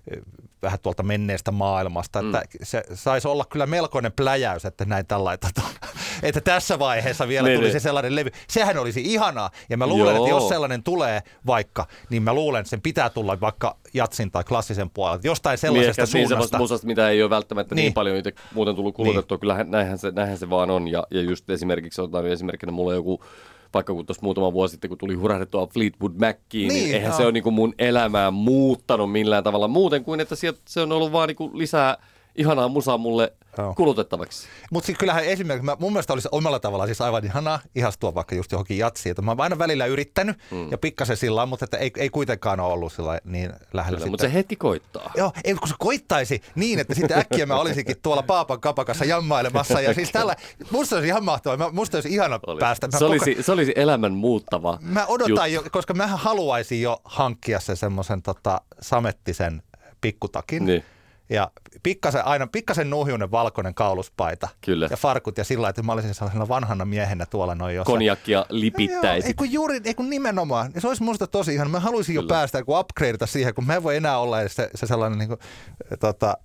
vähän tuolta menneestä maailmasta. Mm. Että se saisi olla kyllä melkoinen pläjäys, että näin tällaista, että tässä vaiheessa vielä niin, tulisi niin. sellainen levy. Sehän olisi ihanaa ja mä luulen, Joo. että jos sellainen tulee vaikka, niin mä luulen, että sen pitää tulla vaikka jatsin tai klassisen puolelta. Jostain sellaisesta niin, suunnasta. Niin musasta, mitä ei ole välttämättä niin, niin paljon itse muuten tullut kulutettua. Niin. Kyllä näinhän se, näinhän se vaan on. Ja, ja just esimerkiksi, otetaan esimerkkinä mulla joku, vaikka kun tuossa muutama vuosi sitten, kun tuli hurahdettua Fleetwood Maciin, niin, niin eihän no. se ole niin kuin mun elämää muuttanut millään tavalla muuten kuin, että se on ollut vaan niin kuin lisää ihanaa musaa mulle Joo. kulutettavaksi. Mutta siis kyllähän esimerkiksi, mun mielestä olisi omalla tavalla siis aivan ihanaa ihastua vaikka just johonkin jatsiin. Mä oon aina välillä yrittänyt mm. ja pikkasen sillä lailla, mutta että ei, ei kuitenkaan ole ollut sillä niin lähellä. Kyllä, mutta se hetki koittaa. Joo, ei kun se koittaisi niin, että sitten äkkiä mä olisinkin tuolla Paapan kapakassa jammailemassa ja siis tällä, musta olisi ihan mahtavaa, musta olisi ihana olisi. päästä. Se olisi, koko... se olisi elämän muuttava Mä odotan juttu. jo, koska mä haluaisin jo hankkia sen semmoisen tota, samettisen pikkutakin. Niin. Ja pikkasen, aina pikkasen nuhjunen valkoinen kauluspaita Kyllä. ja farkut ja sillä että mä olisin sellaisena vanhana miehenä tuolla noin jossain. Konjakkia lipittäisi. Ei kun juuri, ei kun nimenomaan. Se olisi musta tosi ihan. Mä haluaisin Kyllä. jo päästä kun upgradeata siihen, kun mä en voi enää olla se, se sellainen niin kuin, tota,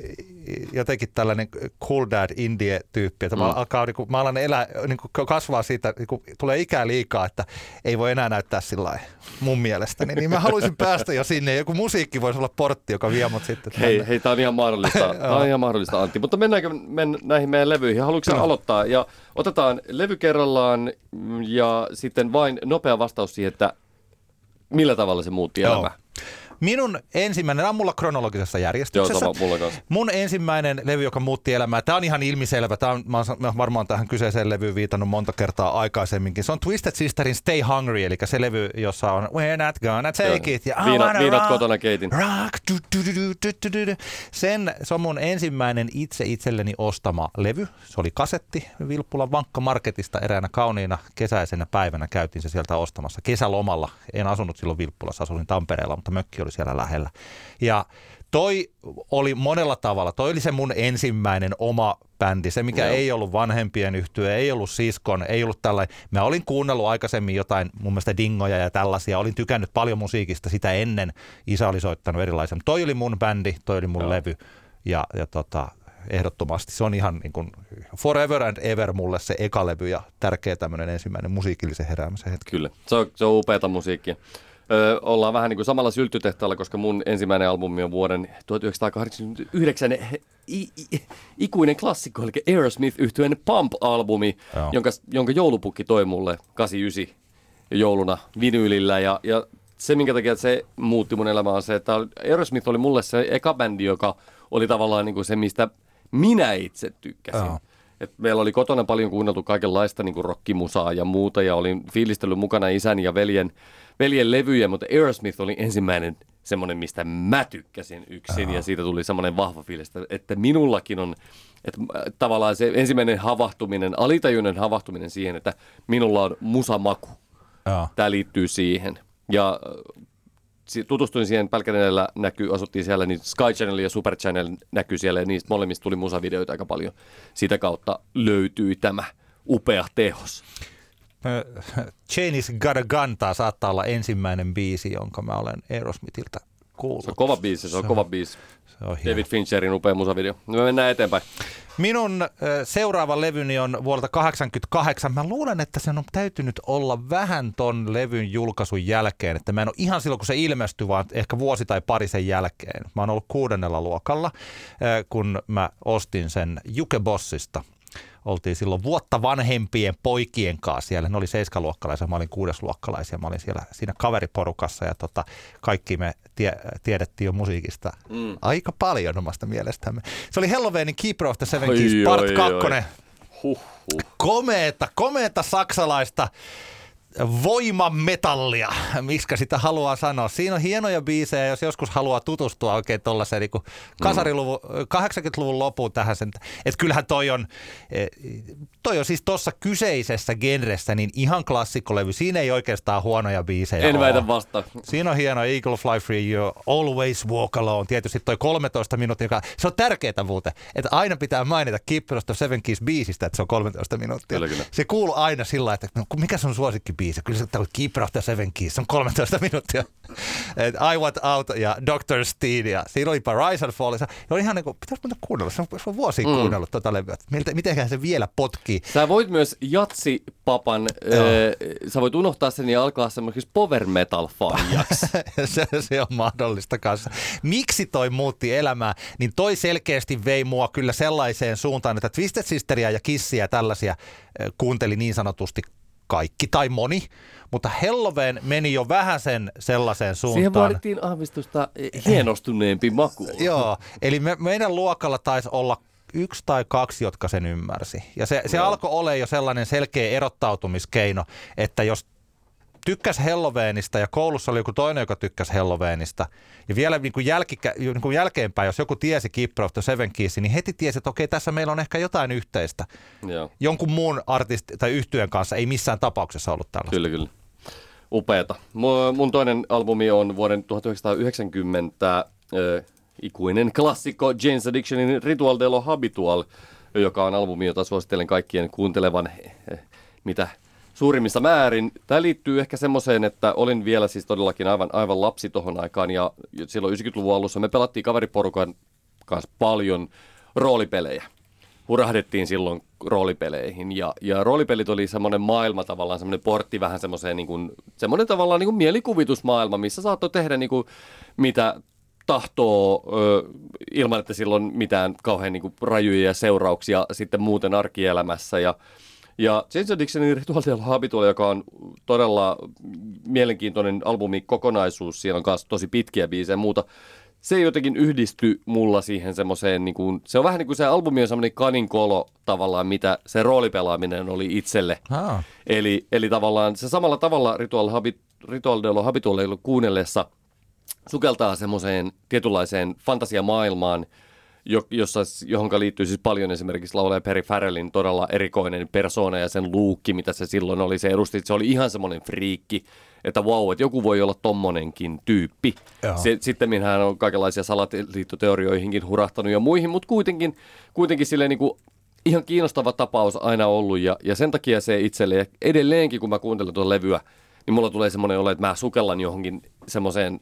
jotenkin tällainen cool dad indie-tyyppi. Että mm. mä, alkaa, niin kuin, mä alan elää, niin kuin kasvaa siitä, niin kuin, tulee ikää liikaa, että ei voi enää näyttää sillä lailla mun mielestäni. Niin mä haluaisin päästä jo sinne. Joku musiikki voisi olla portti, joka vie mut sitten. Hei, hei, tämä on ihan mahdollista, tämä on ihan mahdollista, Antti. Mutta mennäänkö men, näihin meidän levyihin? Haluatko no. aloittaa? Ja otetaan levy kerrallaan ja sitten vain nopea vastaus siihen, että millä tavalla se muutti Joo. elämää. Minun ensimmäinen, tämä on mulla kronologisessa järjestyksessä. Joo, sama, mulla kanssa. Mun ensimmäinen levy, joka muutti elämää, tämä on ihan ilmiselvä. Tämä on, mä oon varmaan tähän kyseiseen levyyn viitannut monta kertaa aikaisemmin. Se on Twisted Sisterin Stay Hungry, eli se levy, jossa on We're not gonna take it. Ja Viinat, viinat rock, kotona keitin. Rock, du, du, du, du, du, du. Sen, se on mun ensimmäinen itse itselleni ostama levy. Se oli kasetti Vilppulan Vankkamarketista eräänä kauniina kesäisenä päivänä. Käytiin se sieltä ostamassa kesälomalla. En asunut silloin Vilppulassa, asuin Tampereella, mutta mökki oli siellä lähellä. Ja toi oli monella tavalla, toi oli se mun ensimmäinen oma bändi, se mikä no. ei ollut vanhempien yhtye, ei ollut siskon, ei ollut tällainen. Mä olin kuunnellut aikaisemmin jotain mun mielestä dingoja ja tällaisia, olin tykännyt paljon musiikista sitä ennen, isä oli soittanut erilaisen. Toi oli mun bändi, toi oli mun no. levy ja, ja tota, ehdottomasti se on ihan niin kuin forever and ever mulle se eka levy ja tärkeä tämmöinen ensimmäinen musiikillisen heräämisen hetki. Kyllä, se on, se on upeata musiikkia. Öö, ollaan vähän niin kuin samalla syltytehtaalla, koska mun ensimmäinen albumi on vuoden tuhatyhdeksänsataakahdeksankymmentäyhdeksän i- i- ikuinen klassikko, eli Aerosmith-yhtyeen Pump-albumi, jonka, jonka joulupukki toi mulle kahdeksankymmentäyhdeksän jouluna vinyylillä. Ja, ja se, minkä takia se muutti mun elämää, on se, että Aerosmith oli mulle se eka bändi, joka oli tavallaan niin kuin se, mistä minä itse tykkäsin. Oh. Et meillä oli kotona paljon kuunneltu kaikenlaista niin kuin rockimusaa ja muuta, ja olin fiilistellyt mukana isän ja veljen, veljen levyjä, mutta Aerosmith oli ensimmäinen semmoinen, mistä mä tykkäsin yksin, ja siitä tuli semmoinen vahva fiilis, että minullakin on, että tavallaan se ensimmäinen havahtuminen, alitajuinen havahtuminen siihen, että minulla on musamaku. Oh. Tämä liittyy siihen. Ja tutustuin siihen Pälkänellä, näkyy, asuttiin siellä, niin Sky Channel ja Super Channel näkyy siellä, ja niistä molemmista tuli musavideoita aika paljon. Sitä kautta löytyi tämä upea tehos. Cheney's Got a Gun saattaa olla ensimmäinen biisi, jonka mä olen Aerosmithiltä kuullut. Se on kova biisi, se on, se on kova biisi. On David Fincherin upea musavideo. Me mennään eteenpäin. Minun äh, seuraava levyni on vuodelta kahdeksankymmentäkahdeksan. Mä luulen, että sen on täytynyt olla vähän ton levyn julkaisun jälkeen. Että mä en ole ihan silloin, kun se ilmestyi, vaan ehkä vuosi tai pari sen jälkeen. Mä oon ollut kuudennella luokalla, äh, kun mä ostin sen Juke Bossista. Oltiin silloin vuotta vanhempien poikien kanssa siellä. Ne oli seiskaluokkalaisia, mä olin kuudesluokkalaisia. Mä olin siellä siinä kaveriporukassa ja tota, kaikki me tie, tiedettiin jo musiikista mm. aika paljon omasta mielestämme. Se oli Helloweenin Keeper of the Seven Keys part kaksi. Huh, huh. Komeeta, komeeta saksalaista voimametallia, miksi sitä haluaa sanoa. Siinä on hienoja biisejä, jos joskus haluaa tutustua oikein tuollaiseen niin kasariluvun, kahdeksankymmentäluvun lopun tähän. Että kyllähän toi on, toi on siis tuossa kyseisessä genressä niin ihan klassikkolevy. Siinä ei oikeastaan huonoja biisejä En ole. väitä vasta. Siinä on hieno Eagle Fly Free, You Always Walk Alone. Tietysti toi kolmetoista minuuttia, joka, se on tärkeää muuten, että aina pitää mainita Keeper of the Seven Keys biisistä, että se on kolmetoista minuuttia. Kyllä, kyllä. Se kuuluu aina sillä, että no, mikä sun suosikkibiisi? Kyllä se on Keeper of the Seven Keys, se on kolmetoista minuuttia. Et I Want Out ja doctor Stein ja siinä oli Rise and Fall. Se on ihan niin kuin, pitäisi muuta kuunnella, se on, se on vuosia mm. kuunnellut tuota levyä. Mitenköhän se vielä potkii? Sä voit myös jatsipapan, äh, sä voit unohtaa sen ja alkaa semmoisiksi power metal faniaksi. se, se on mahdollista kanssa. Miksi toi muutti elämää? Niin toi selkeästi vei mua kyllä sellaiseen suuntaan, että Twisted Sisteria ja Kissiä ja tällaisia äh, kuunteli niin sanotusti kaikki tai moni, mutta Helloween meni jo vähän sen sellaiseen suuntaan. Siihen vaadittiin aavistusta hienostuneempi maku. Joo, eli me, meidän luokalla taisi olla yksi tai kaksi, jotka sen ymmärsi. Ja se, se alkoi olla jo sellainen selkeä erottautumiskeino, että jos tykkäsi Helloweenista ja koulussa oli joku toinen, joka tykkäsi Helloweenista. Ja vielä niin kuin jälkikä, niin kuin jälkeenpäin, jos joku tiesi Keeper of the Seven Keys, niin heti tiesi, että okei, tässä meillä on ehkä jotain yhteistä. Joo. Jonkun muun artisti tai yhtyeen kanssa ei missään tapauksessa ollut tällaista. Kyllä, kyllä. Upeata. Mun toinen albumi on vuoden tuhatyhdeksänsataayhdeksänkymmentä äh, ikuinen klassikko Jane's Addictionin Ritual de lo Habitual, joka on albumi, jota suosittelen kaikkien kuuntelevan äh, mitä suurimmissa määrin. Tämä liittyy ehkä semmoiseen, että olin vielä siis todellakin aivan, aivan lapsi tohon aikaan ja silloin yhdeksänkymmentäluvun alussa me pelattiin kaveriporukan kanssa paljon roolipelejä. Hurahdettiin silloin roolipeleihin ja, ja roolipelit oli semmoinen maailma tavallaan, semmoinen portti vähän semmoiseen niin kuin, semmoinen tavallaan niin kuin mielikuvitusmaailma, missä saattoi tehdä niin kuin mitä tahtoo ö, ilman, että silloin mitään kauhean niin kuin rajuja seurauksia sitten muuten arkielämässä ja Ja Jane's Addictionin Ritual de lo Habitual, joka on todella mielenkiintoinen albumikokonaisuus, siellä on myös tosi pitkiä biisejä ja muuta, se ei jotenkin yhdisty mulla siihen semmoiseen, niin kuin, se on vähän niin kuin se albumi on semmoinen kaninkolo tavallaan, mitä se roolipelaaminen oli itselle. Ah. Eli, eli tavallaan se samalla tavalla Ritual, Habit, Ritual de lo Habitual kuunnellessa sukeltaa semmoiseen tietynlaiseen fantasiamaailmaan, jossa, johonka liittyy siis paljon esimerkiksi laulaja Perry Farrellin todella erikoinen persoona ja sen luukki, mitä se silloin oli. Se edusti, se oli ihan semmoinen friikki, että vau, että joku voi olla tommonenkin tyyppi. Se, sitten hän on kaikenlaisia salaliittoteorioihinkin hurahtanut ja muihin, mutta kuitenkin, kuitenkin silleen niin kuin ihan kiinnostava tapaus aina ollut ja, ja sen takia se itselle, ja edelleenkin kun mä kuuntelen tuota levyä, niin mulla tulee semmoinen olo, että mä sukellan johonkin semmoiseen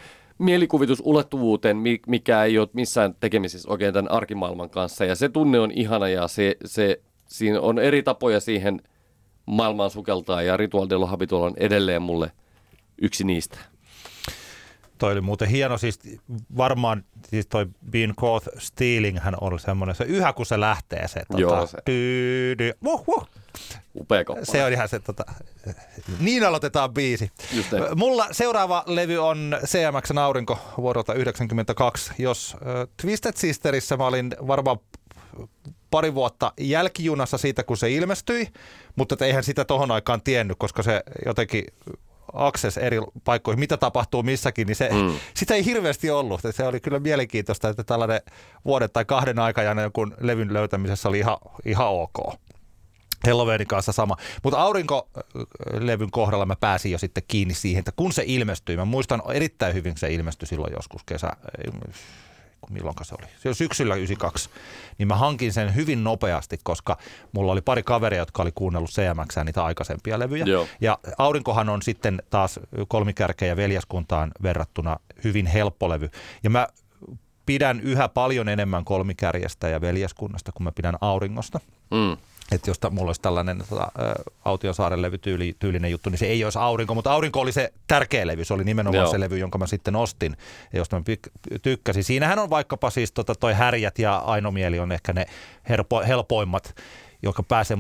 mielikuvitusulottuvuuteen, mikä ei ole missään tekemisissä oikein tämän arkimaailman kanssa. Ja se tunne on ihana ja se, se, siinä on eri tapoja siihen maailmaan sukeltaa ja Ritual de lo Habitual on edelleen mulle yksi niistä. Toi oli muuten hieno, siis varmaan siis toi Being Caught Stealing hän on semmoinen, se yhä kun se lähtee se, tota, Joo, se. Dy, dy, wuh, wuh. Upea kappale. Se on ihan se, tota, niin aloitetaan biisi. Mulla seuraava levy on C M X:n Aurinko vuodelta yhdeksänkymmentäkaksi. Jos äh, Twisted Sisterissä mä olin varmaan pari vuotta jälkijunassa siitä, kun se ilmestyi, mutta eihän sitä tohon aikaan tiennyt, koska se jotenkin access eri paikkoihin, mitä tapahtuu missäkin, niin se, mm. sitä ei hirveästi ollut. Se oli kyllä mielenkiintoista, että tällainen vuoden tai kahden aikajana jonkun levyn löytämisessä oli ihan, ihan ok. Helloweenin kanssa sama. Mutta Aurinko-levyn kohdalla mä pääsin jo sitten kiinni siihen, että kun se ilmestyi, mä muistan erittäin hyvin, se ilmestyi silloin joskus kesä, milloinka se oli? Se oli syksyllä yhdeksänkymmentäkaksi. Niin mä hankin sen hyvin nopeasti, koska mulla oli pari kaveria, jotka oli kuunnellut C M X:ää niitä aikaisempia levyjä. Joo. Ja Aurinkohan on sitten taas kolmikärkeen ja veljeskuntaan verrattuna hyvin helppo levy. Ja mä pidän yhä paljon enemmän kolmikärjestä ja veljeskunnasta, kun mä pidän Auringosta. Mm. Että jos mulla olisi tällainen tota, Autiosaaren levy tyyli, tyylinen juttu, niin se ei olisi Aurinko, mutta Aurinko oli se tärkeä levy, se oli nimenomaan Joo. se levy, jonka mä sitten ostin ja josta mä tykkäsin. Siinähän on vaikkapa siis tota, toi Härjät ja Ainomieli on ehkä ne herpo, helpoimmat, jotka pääsee.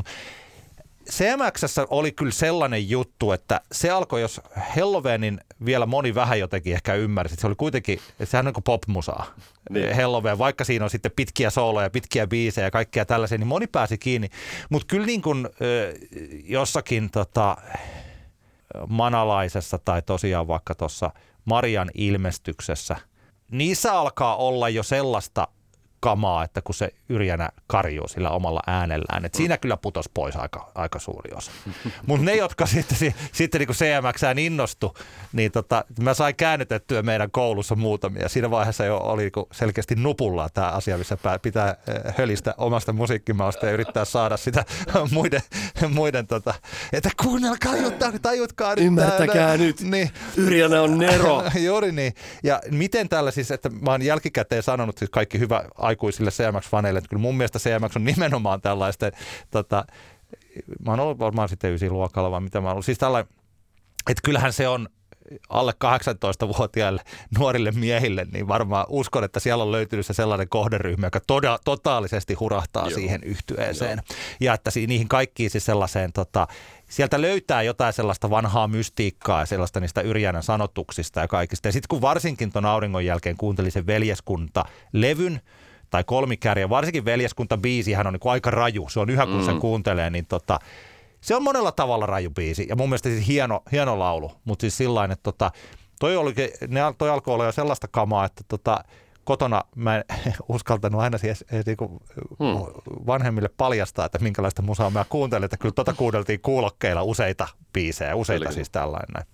C M X:ssä oli kyllä sellainen juttu, että se alkoi, jos Helloweenin vielä moni vähän jotenkin ehkä ymmärsi, se oli kuitenkin, sehän on niin kuin pop-musaa. Niin. Helloween, vaikka siinä on sitten pitkiä sooloja, pitkiä biisejä ja kaikkea tällaisia, niin moni pääsi kiinni. Mutta kyllä niin kuin jossakin tota, Manalaisessa tai tosiaan vaikka tuossa Marian ilmestyksessä, niissä alkaa olla jo sellaista kamaa, että kun se Yrjänä karjuu sillä omalla äänellään, että siinä kyllä putosi pois aika, aika suuri osa. Mutta ne, jotka sitten, sitten niin kuin C M X:ään innostu, niin tota, mä sain käännytettyä meidän koulussa muutamia. Siinä vaiheessa jo oli selkeästi nupulla tämä asia, missä pitää hölistä omasta musiikkimausta ja yrittää saada sitä muiden, muiden tota, että kuunnelkaa, tajutkaa nyt. Ymmärtäkää täällä. Nyt, niin. Yrjänä on nero. Juuri niin. Ja miten tällä siis, että mä oon jälkikäteen sanonut siis kaikki hyvä aikuisille C M X-faneille, että kyllä mun mielestä C M X on nimenomaan tällaisten, tota, mä oon ollut varmaan sitten ysiluokalla, vai mitä mä oon ollut, siis tällainen, että kyllähän se on alle kahdeksantoistavuotiaille nuorille miehille, niin varmaan uskon, että siellä on löytynyt se sellainen kohderyhmä, joka toda, totaalisesti hurahtaa Joo. siihen yhtyeeseen. Joo. Ja että niihin kaikkiin siis sellaiseen, tota, sieltä löytää jotain sellaista vanhaa mystiikkaa ja sellaista niistä Yrjänän sanotuksista ja kaikista. Ja sitten kun varsinkin ton Auringon jälkeen kuuntelin sen Veljeskunta-levyn, tai kolmikärjä, varsinkin Veljeskunta-biisihän on niin kuin aika raju. Se on yhä, kun mm. sen kuuntelee, niin tota, se on monella tavalla raju biisi. Ja mun mielestä siis hieno, hieno laulu. Mutta siis sillain, että tota, toi, oli, ne, toi alkoi olla jo sellaista kamaa, että tota, kotona mä en uskaltanut aina siis, niin hmm. vanhemmille paljastaa, että minkälaista musaa mä kuuntelin. Että kyllä tota kuunneltiin kuulokkeilla useita biisejä, useita Eli. siis tällainen.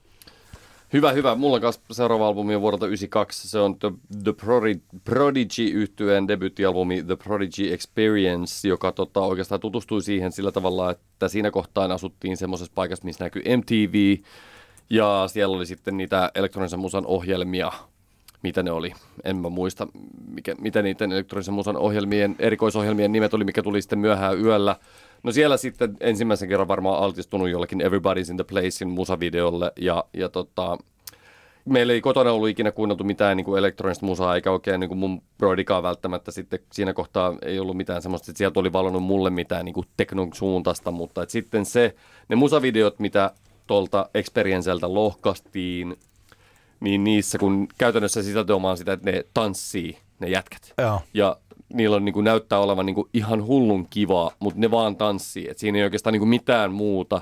Hyvä, hyvä. Mulla on kanssa seuraava albumi on vuodelta yhdeksänkymmentäkaksi. Se on The, The Prodigy-yhtyeen debyyttialbumi The Prodigy Experience, joka tota, oikeastaan tutustui siihen sillä tavalla, että siinä kohtaan asuttiin semmoisessa paikassa, missä näkyy M T V. Ja siellä oli sitten niitä elektronisen musan ohjelmia, mitä ne oli. En mä muista, mikä, mitä niiden elektronisen musan ohjelmien, erikoisohjelmien nimet oli, mikä tuli sitten myöhään yöllä. No siellä sitten ensimmäisen kerran varmaan altistunut jollakin Everybody's in the Placein musavideolle ja, ja tota, meillä ei kotona ollut ikinä kuunneltu mitään niin kuin elektronista musaa eikä oikein niin kuin mun brodikaan välttämättä sitten siinä kohtaa ei ollut mitään semmoista, että sieltä oli vallannut mulle mitään niin kuin teknon suuntaista, mutta et sitten se, ne musavideot, mitä tuolta Experienceltä lohkastiin, niin niissä kun käytännössä sisältöomaan sitä, että ne tanssii ne jätkät. Joo. Ja niillä on, niin kuin, näyttää olevan niin kuin, ihan hullun kivaa, mutta ne vaan tanssii. Et siinä ei oikeastaan niin kuin, mitään muuta.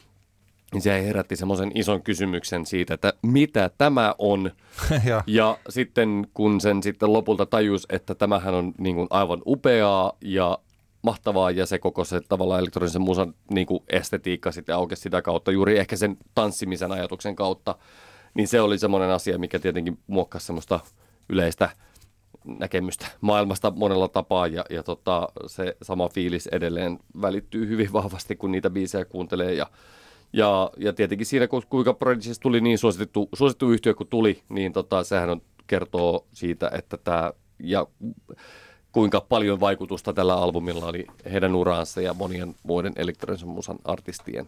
Niin se herätti semmoisen ison kysymyksen siitä, että mitä tämä on. ja. ja sitten kun sen sitten lopulta tajus, että tämähän on niin kuin, aivan upeaa ja mahtavaa ja se koko se tavallaan elektronisen musan niin kuin estetiikka sitten aukesi sitä kautta, juuri ehkä sen tanssimisen ajatuksen kautta, niin se oli semmoinen asia, mikä tietenkin muokkasi semmoista yleistä näkemystä maailmasta monella tapaa ja, ja tota, se sama fiilis edelleen välittyy hyvin vahvasti, kun niitä biisejä kuuntelee ja, ja, ja tietenkin siinä, kuinka Prodigysta tuli niin suosittu, suosittu yhtiö kuin tuli, niin tota, sehän on, kertoo siitä, että tämä ja kuinka paljon vaikutusta tällä albumilla oli heidän uraansa ja monien muiden elektronisen musan artistien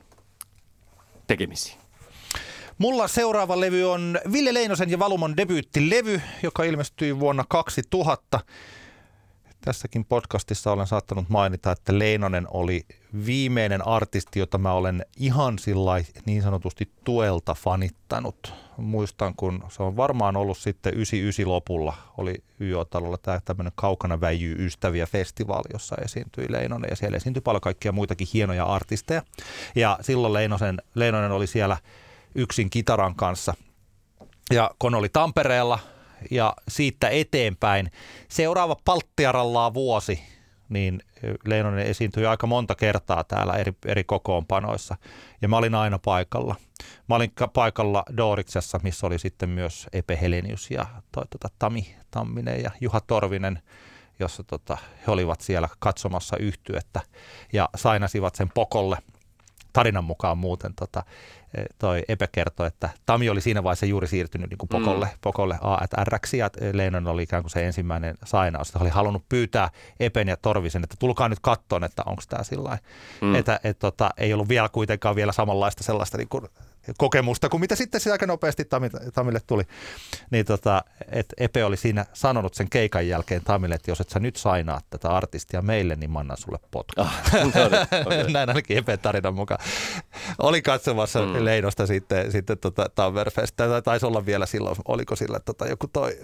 tekemisiin. Mulla seuraava levy on Ville Leinosen ja Valumon debyyttilevy, joka ilmestyi vuonna kaksituhatta. Tässäkin podcastissa olen saattanut mainita, että Leinonen oli viimeinen artisti, jota mä olen ihan sillai niin sanotusti tuelta fanittanut. Muistan, kun se on varmaan ollut sitten yhdeksänkymmentäyhdeksän lopulla, oli Y O-talolla tämä tämmöinen Kaukana väijyy ystäviä festivaali, jossa esiintyi Leinonen ja siellä esiintyi paljon kaikkia muitakin hienoja artisteja. Ja silloin Leinosen, Leinonen oli siellä yksin kitaran kanssa. Ja kun oli Tampereella ja siitä eteenpäin seuraava Palttiarallaa vuosi, niin Leinonen esiintyi aika monta kertaa täällä eri, eri kokoonpanoissa. Ja mä olin aina paikalla. Mä olin paikalla Dooriksessa, missä oli sitten myös Epe Helenius ja toi, tota, Tami Tamminen ja Juha Torvinen, jossa tota, he olivat siellä katsomassa yhtyettä ja sainasivat sen Pokolle. Tarinan mukaan muuten tota, toi Epe kertoi, että Tami oli siinä vaiheessa juuri siirtynyt niin kuin Pokolle, mm. Pokolle A et R:ksi ja Leinonen oli ikään kuin se ensimmäinen sainaus. Hän oli halunnut pyytää Epen ja Torvisen, että tulkaa nyt kattoon, että onko tämä sillä mm. että et, tota, ei ollut vielä kuitenkaan vielä samanlaista sellaista niin kuin kokemusta kuin mitä sitten se aika nopeasti Tamille tuli. Niin tota, että Epe oli siinä sanonut sen keikan jälkeen Tamille, että jos et sä nyt sainaa tätä artistia meille, niin mä annan sulle potku. Ah, okay. Näin ainakin Epen tarinan mukaan. Oli katsomassa mm. Leinosta sitten, sitten tota Tammerfesta. Taisi olla vielä silloin, oliko sillä tota, joku toi,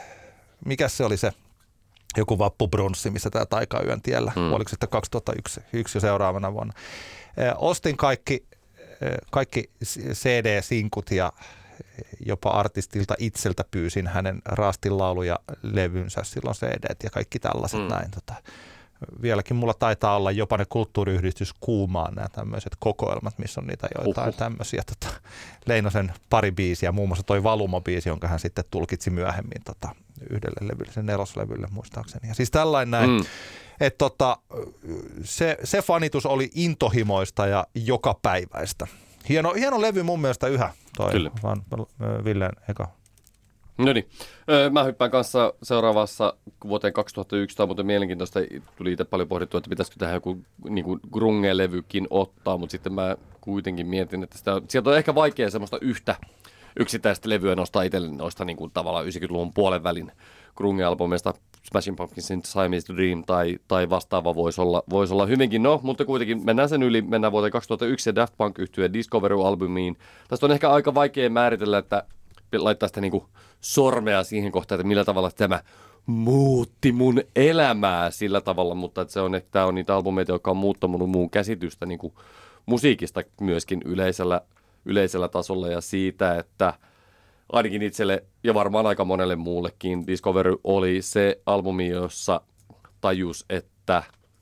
mikäs se oli se, joku vappubrunssi, missä tämä Taikayön tiellä, mm. oliko se sitten kaksituhattayksi yksi jo seuraavana vuonna. E, ostin kaikki kaikki C D-sinkut ja jopa artistilta itseltä pyysin hänen Raastin lauluja levynsä silloin C D:t ja kaikki tällaiset mm. näin. Tota, vieläkin mulla taitaa olla jopa ne kulttuuriyhdistys Kuumaan nämä tämmöiset kokoelmat, missä on niitä joitain Uhuh. tämmöisiä tota, Leinosen pari biisiä, muun muassa toi Valuma-biisi, jonka hän sitten tulkitsi myöhemmin tota, yhdelle levylle, sen neloslevylle muistaakseni. Ja siis tällainen näin, mm. että tota, se, se fanitus oli intohimoista ja jokapäiväistä. Hieno, hieno levy mun mielestä yhä, toi Kyllä. vaan Villen eka. No niin. Mä hyppään kanssa seuraavassa vuoteen kaksituhattayksi. Tämä on muuten mielenkiintoista. Tuli itse paljon pohdittua, että pitäisikö tähän joku niin kuin grunge-levykin ottaa, mutta sitten mä kuitenkin mietin, että sitä, sieltä on ehkä vaikea semmoista yhtä yksittäistä levyä nostaa itselle noista niin kuin tavallaan yhdeksänkymmentäluvun puolen välin grunge-albumeista. Smashing Pumpkinsin Siamese Dream tai, tai vastaava voisi olla, vois olla hyvinkin. No, mutta kuitenkin mennään sen yli. Mennään vuoteen kaksituhattayksi ja Daft Punk yhtyeen Discovery-albumiin. Tästä on ehkä aika vaikea määritellä, että laittaa sitä niinku sormea siihen kohtaan, että millä tavalla tämä muutti mun elämää sillä tavalla, mutta että se on, että tämä on niitä albumeita, jotka on muuttanut muun käsitystä niinku musiikista myöskin yleisellä, yleisellä tasolla ja siitä, että ainakin itselle ja varmaan aika monelle muullekin Discovery oli se albumi, jossa tajus, että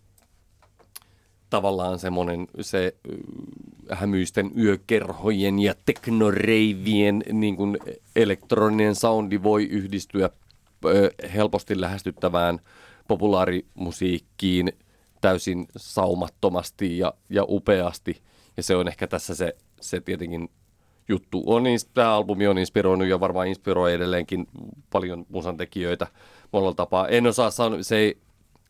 tavallaan semmoinen se hämyisten yökerhojen ja teknoreivien niin kuin elektroninen soundi voi yhdistyä ö, helposti lähestyttävään populaarimusiikkiin täysin saumattomasti ja, ja upeasti. Ja se on ehkä tässä se, se tietenkin juttu. On, tämä albumi on inspiroinut ja varmaan inspiroi edelleenkin paljon musantekijöitä monella tapaa. En osaa sanoa, se ei...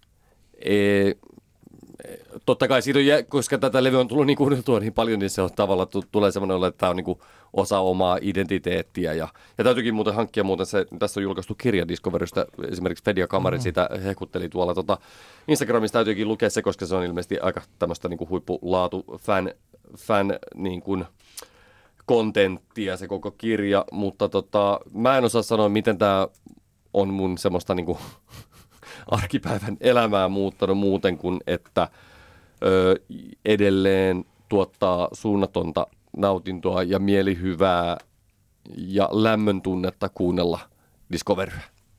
ei totta kai siitä on, koska tätä levyä on tullut niin kuunneltua niin paljon, niin se on tavallaan tulee semmoinen olla, että tämä on niin kuin osa omaa identiteettiä. Ja, ja täytyykin muuten hankkia muuten se, tässä on julkaistu kirja Discoverystä, esimerkiksi Fedia Kamari mm-hmm. sitä hekutteli tuolla tota, Instagramissa, täytyykin lukea se, koska se on ilmeisesti aika tämmöistä niin kuin huippulaatu fan, fan niin kuin kontenttia se koko kirja, mutta tota, mä en osaa sanoa, miten tämä on mun semmoista niin kuin arkipäivän elämää muuttanut muuten kuin, että ö, edelleen tuottaa suunnatonta nautintoa ja mielihyvää ja lämmön tunnetta kuunnella Discoveryä.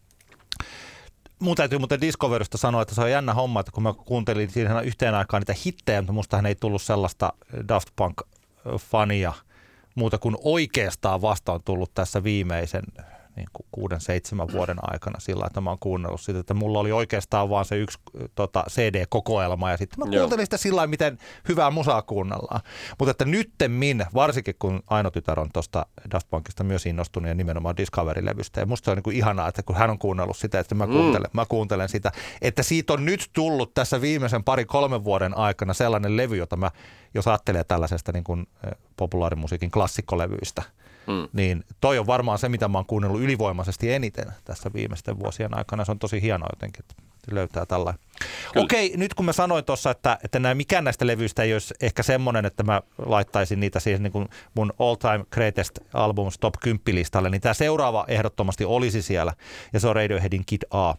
Mun täytyy muuten Discoverysta sanoa, että se on jännä homma, että kun mä kuuntelin siinä yhteen aikaan niitä hittejä, mutta mustahan ei tullut sellaista Daft Punk-fania muuta kuin oikeastaan vasta on tullut tässä viimeisen niin kuin kuuden, seitsemän vuoden aikana sillä, että mä oon kuunnellut sitä, että mulla oli oikeastaan vaan se yksi tota, C D-kokoelma ja sitten mä kuuntelin Joo. sitä sillä miten hyvää musaa kuunnellaan. Mutta että nyttemmin, varsinkin kun Aino tytär on tuosta Daft Punkista myös innostunut ja nimenomaan Discovery-levystä ja musta se on niin kuin ihanaa, että kun hän on kuunnellut sitä, että mä kuuntelen, mm. mä kuuntelen sitä, että siitä on nyt tullut tässä viimeisen pari kolmen vuoden aikana sellainen levy, jota mä, jos ajattelee tällaisesta niin kuin populaarimusiikin klassikkolevyistä, Mm. niin toi on varmaan se, mitä mä oon kuunnellut ylivoimaisesti eniten tässä viimeisten vuosien aikana. Se on tosi hienoa jotenkin, että löytää tällainen. Okei, nyt kun mä sanoin tuossa, että, että nämä, mikään näistä levyistä ei olisi ehkä semmoinen, että mä laittaisin niitä siihen niin kuin mun all time greatest albums top kymmenen listalle, niin tämä seuraava ehdottomasti olisi siellä, ja se on Radioheadin Kid A.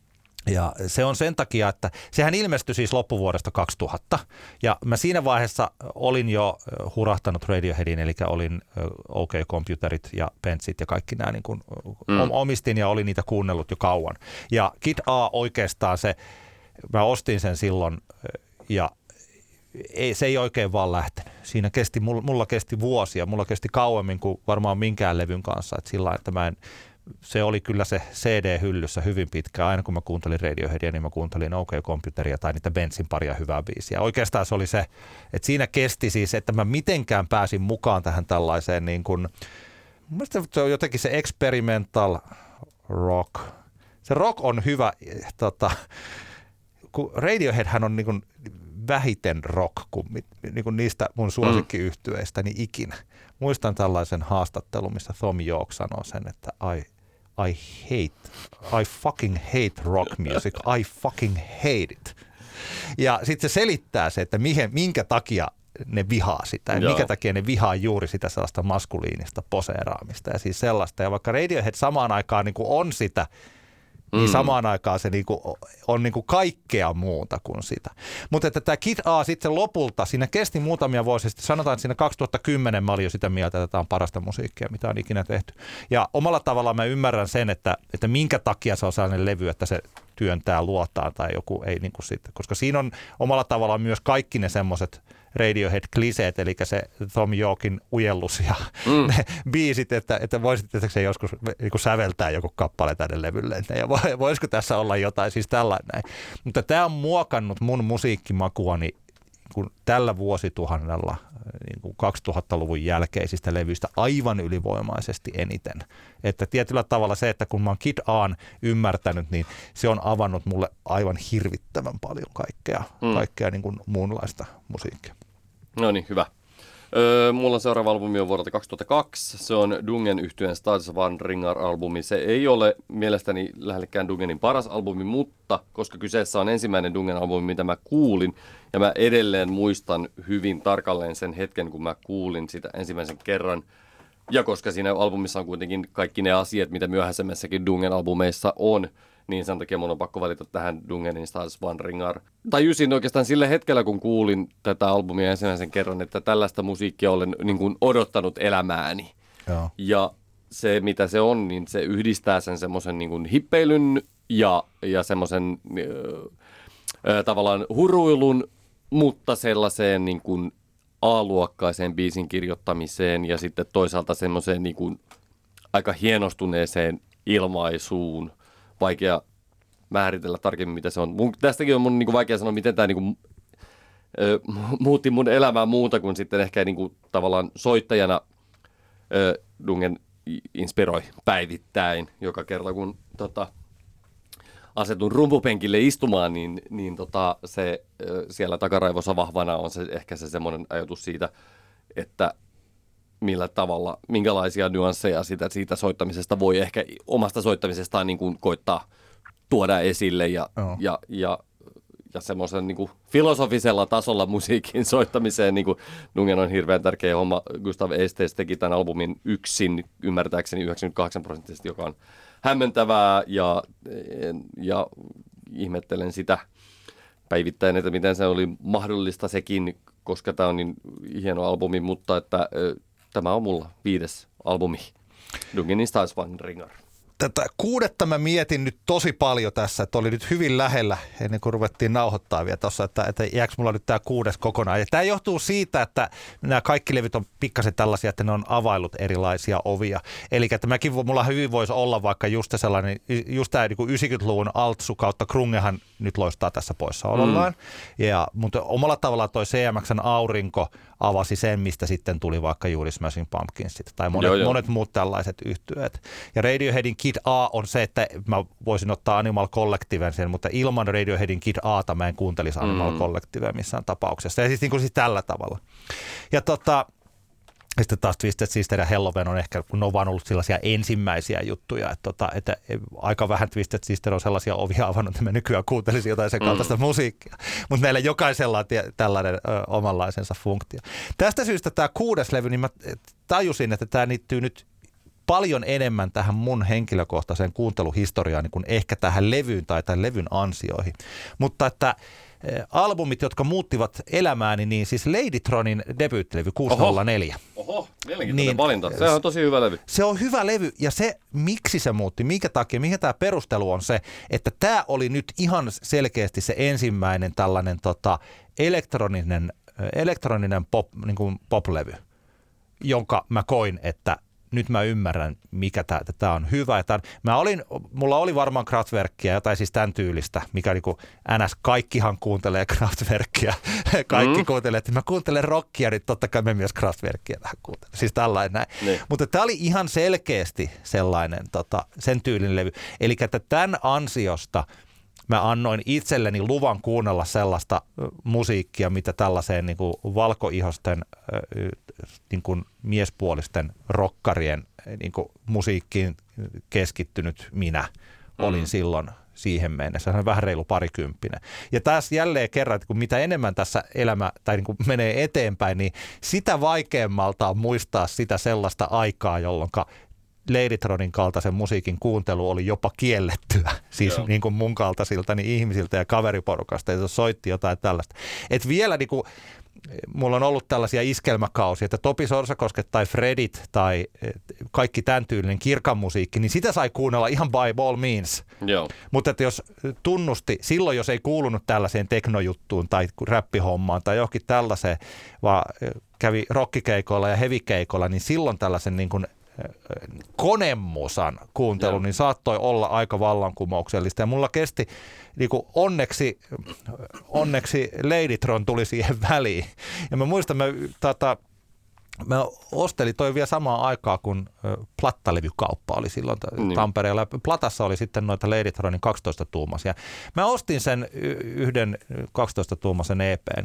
Ja se on sen takia, että sehän ilmestyi siis loppuvuodesta kaksituhatta ja mä siinä vaiheessa olin jo hurahtanut Radioheadin, eli olin OK Computerit ja Pentsit ja kaikki nämä niin kuin mm. omistin ja olin niitä kuunnellut jo kauan. Ja Kid A oikeastaan se, mä ostin sen silloin ja ei, se ei oikein vaan lähtenyt. Siinä kesti, mulla, mulla kesti vuosia, mulla kesti kauemmin kuin varmaan minkään levyn kanssa, että sillä että mä en se oli kyllä se C D-hyllyssä hyvin pitkään. Aina kun mä kuuntelin Radioheadia, niin mä kuuntelin OK Computeria tai niitä Benzin paria hyvää biisiä. Oikeastaan se oli se, että siinä kesti siis, että mä mitenkään pääsin mukaan tähän tällaiseen niin kuin, mielestäni se on jotenkin se experimental rock. Se rock on hyvä, tota, kun Radioheadhän on niin kuin vähiten rock kuin, niin kuin niistä mun suosikkiyhtyeistä niin ikinä. Muistan tällaisen haastattelun, missä Thom Yorke sanoo sen, että I, I hate, I fucking hate rock music, I fucking hate it. Ja sitten se selittää se, että mihin, minkä takia ne vihaa sitä, ja minkä takia ne vihaa juuri sitä sellaista maskuliinista poseeraamista ja siis sellaista. Ja vaikka Radiohead samaan aikaan niin kuin on sitä niin mm. samaan aikaan se niinku on niinku kaikkea muuta kuin sitä. Mutta että tämä Kid A sitten lopulta, siinä kesti muutamia vuosia sitten, sanotaan, että siinä kaksituhattakymmenen mä olin jo sitä mieltä, että tämä on parasta musiikkia, mitä on ikinä tehty. Ja omalla tavallaan mä ymmärrän sen, että, että minkä takia se on sellainen levy, että se työntää luotaan tai joku ei niinku sitten, koska siinä on omalla tavallaan myös kaikki ne semmoiset Radiohead-kliseet, eli se Thom Yorkin ujellus ja mm. ne biisit, että, että voisitte se joskus niin kuin säveltää joku kappale tänne levylle, ja voisiko tässä olla jotain, siis tällainen. Mutta tämä on muokannut mun musiikkimakuani kun tällä vuosituhannella niin kuin kaksituhattaluvun jälkeisistä levyistä aivan ylivoimaisesti eniten. Että tietyllä tavalla se, että kun mä oon Kid A:n ymmärtänyt, niin se on avannut mulle aivan hirvittävän paljon kaikkea, mm. kaikkea niin kuin muunlaista musiikkia. No niin, hyvä. Öö, mulla on seuraava albumi on vuodelta kaksituhattakaksi. Se on Dungen yhtyeen Stadsvandringar-albumi. Se ei ole mielestäni lähellekään Dungenin paras albumi, mutta koska kyseessä on ensimmäinen Dungen-albumi, mitä mä kuulin, ja mä edelleen muistan hyvin tarkalleen sen hetken, kun mä kuulin sitä ensimmäisen kerran, ja koska siinä albumissa on kuitenkin kaikki ne asiat, mitä myöhäisemmässäkin Dungen-albumeissa on, niin sen takia mun on pakko valita tähän Dungenin Stadsvandringar. Tajusin oikeastaan sillä hetkellä, kun kuulin tätä albumia ensimmäisen kerran, että tällaista musiikkia olen niin kuin odottanut elämääni. Joo. Ja se, mitä se on, niin se yhdistää sen semmoisen niin kuin hippeilyn ja, ja semmoisen äh, tavallaan huruilun, mutta sellaiseen niin kuin A-luokkaiseen biisin kirjoittamiseen ja sitten toisaalta semmoiseen niin kuin aika hienostuneeseen ilmaisuun. Vaikea määritellä tarkemmin, mitä se on. Mun, tästäkin on mun niin kuin vaikea sanoa, miten tämä niin kuin, ö, muutti mun elämää muuta kuin sitten ehkä niin kuin, tavallaan soittajana ö, Dungen inspiroi päivittäin. Joka kerta, kun tota, asetun rumpupenkille istumaan, niin, niin tota, se ö, siellä takaraivossa vahvana on se, ehkä se semmoinen ajatus siitä, että millä tavalla, minkälaisia nyansseja sitä, siitä soittamisesta voi ehkä omasta soittamisestaan niin kuin koittaa tuoda esille ja, oh. ja, ja, ja semmoisen niin kuin filosofisella tasolla musiikin soittamiseen. Niin kuin Dungen on hirveän tärkeä homma. Gustav Eisteys teki tämän albumin yksin, ymmärtääkseni yhdeksänkymmentäkahdeksan prosenttisesti, joka on hämmentävää ja, ja ihmettelen sitä päivittäin, että miten se oli mahdollista sekin, koska tämä on niin hieno albumi, mutta että tämä on mulla viides albumi, Dungenin Stadsvandringar. Tätä kuudetta mä mietin nyt tosi paljon tässä, että oli nyt hyvin lähellä ennen kuin ruvettiin nauhoittaa vielä tuossa, että, että jääkö mulla nyt tämä kuudes kokonaan. Ja tämä johtuu siitä, että nämä kaikki levyt on pikkasen tällaisia, että ne on availlut erilaisia ovia. Eli että mäkin, mulla hyvin voisi olla vaikka just sellainen, just tämä niin yhdeksänkymmentäluvun altsu kautta krungehan nyt loistaa tässä poissaolollaan. Mm. Ja, mutta omalla tavallaan toi C M X:n Aurinko avasi sen, mistä sitten tuli vaikka juuri Smashing Pumpkinsit tai monet, joo, joo. monet muut tällaiset yhtyeet. Ja Radioheadin Kid A on se, että mä voisin ottaa Animal Collectiven sen, mutta ilman Radioheadin Kid Ata mä en kuuntelisi Animal mm. Collectivea missään tapauksessa. Ja siis, niin kuin siis tällä tavalla. Ja tota, sitten taas Twisted Sister ja Helloween on ehkä, kun ne on vaan ollut sellaisia ensimmäisiä juttuja, että, tota, että aika vähän Twisted Sister on sellaisia ovia avannut, että mä nykyään kuuntelisin jotain sen kaltaista mm. musiikkia. Mutta meillä jokaisella on tie, tällainen ö, omanlaisensa funktio. Tästä syystä tämä kuudes levy, niin mä tajusin, että tämä liittyy nyt paljon enemmän tähän mun henkilökohtaiseen kuunteluhistoriaan niin kuin ehkä tähän levyyn tai tämän levyn ansioihin. Mutta että albumit, jotka muuttivat elämääni, niin siis Ladytronin debyyttilevy kuusisataaneljä. Oho, Oho mielenkiintoinen niin, valinta. Se on tosi hyvä levy. Se on hyvä levy ja se, miksi se muutti, minkä takia, mikä tämä perustelu on se, että tämä oli nyt ihan selkeästi se ensimmäinen tällainen tota, elektroninen, elektroninen pop, niin kuin pop-levy, jonka mä koin, että nyt mä ymmärrän, mikä tämä, että tämä on hyvä. Tämän, mä olin, mulla oli varmaan Kraftwerkia, jotain siis tämän tyylistä, mikä niin kuin N S, kaikkihan kuuntelee Kraftwerkia. Kaikki mm. kuuntelee, että mä kuuntelen rockia, niin totta kai me myös Kraftwerkia vähän kuuntelen. Siis tällainen näin. Niin. Mutta tämä oli ihan selkeästi sellainen, tota, sen tyylinen levy. Eli että tämän ansiosta mä annoin itselleni luvan kuunnella sellaista musiikkia, mitä tällaiseen niin kuin valkoihosten niin kuin miespuolisten rokkarien niin kuin musiikkiin keskittynyt minä olin mm. silloin siihen mennessä. Se on vähän reilu parikymppinen. Ja taas jälleen kerran, että kun mitä enemmän tässä elämä tai niin kuin menee eteenpäin, niin sitä vaikeammalta on muistaa sitä sellaista aikaa, jolloin Ladytronin kaltaisen musiikin kuuntelu oli jopa kiellettyä, siis Joo. niin kuin mun kaltaisilta niin ihmisiltä ja kaveriporukasta, että soitti jotain tällaista. Et vielä niin kuin, mulla on ollut tällaisia iskelmäkausia, että Topi Sorsakosket tai Fredit tai kaikki tämän tyylinen kirkan musiikki, niin sitä sai kuunnella ihan by all means. Joo. Mutta että jos tunnusti, silloin jos ei kuulunut tällaiseen teknojuttuun tai räppihommaan tai johonkin tällaiseen, vaan kävi rockikeikoilla ja heavikeikoilla, niin silloin tällaisen niin kuin konemusan kuuntelu, Joo. niin saattoi olla aika vallankumouksellista. Ja mulla kesti, niin kuin onneksi, onneksi Ladytron tuli siihen väliin. Ja mä muistan, mä, tata, mä ostelin toi vielä samaan aikaa, kun plattalevykauppa oli silloin niin. Tampereella. Platassa oli sitten noita Ladytronin kaksitoista-tuumaisia. Mä ostin sen yhden kaksitoista-tuumaisen E P:n,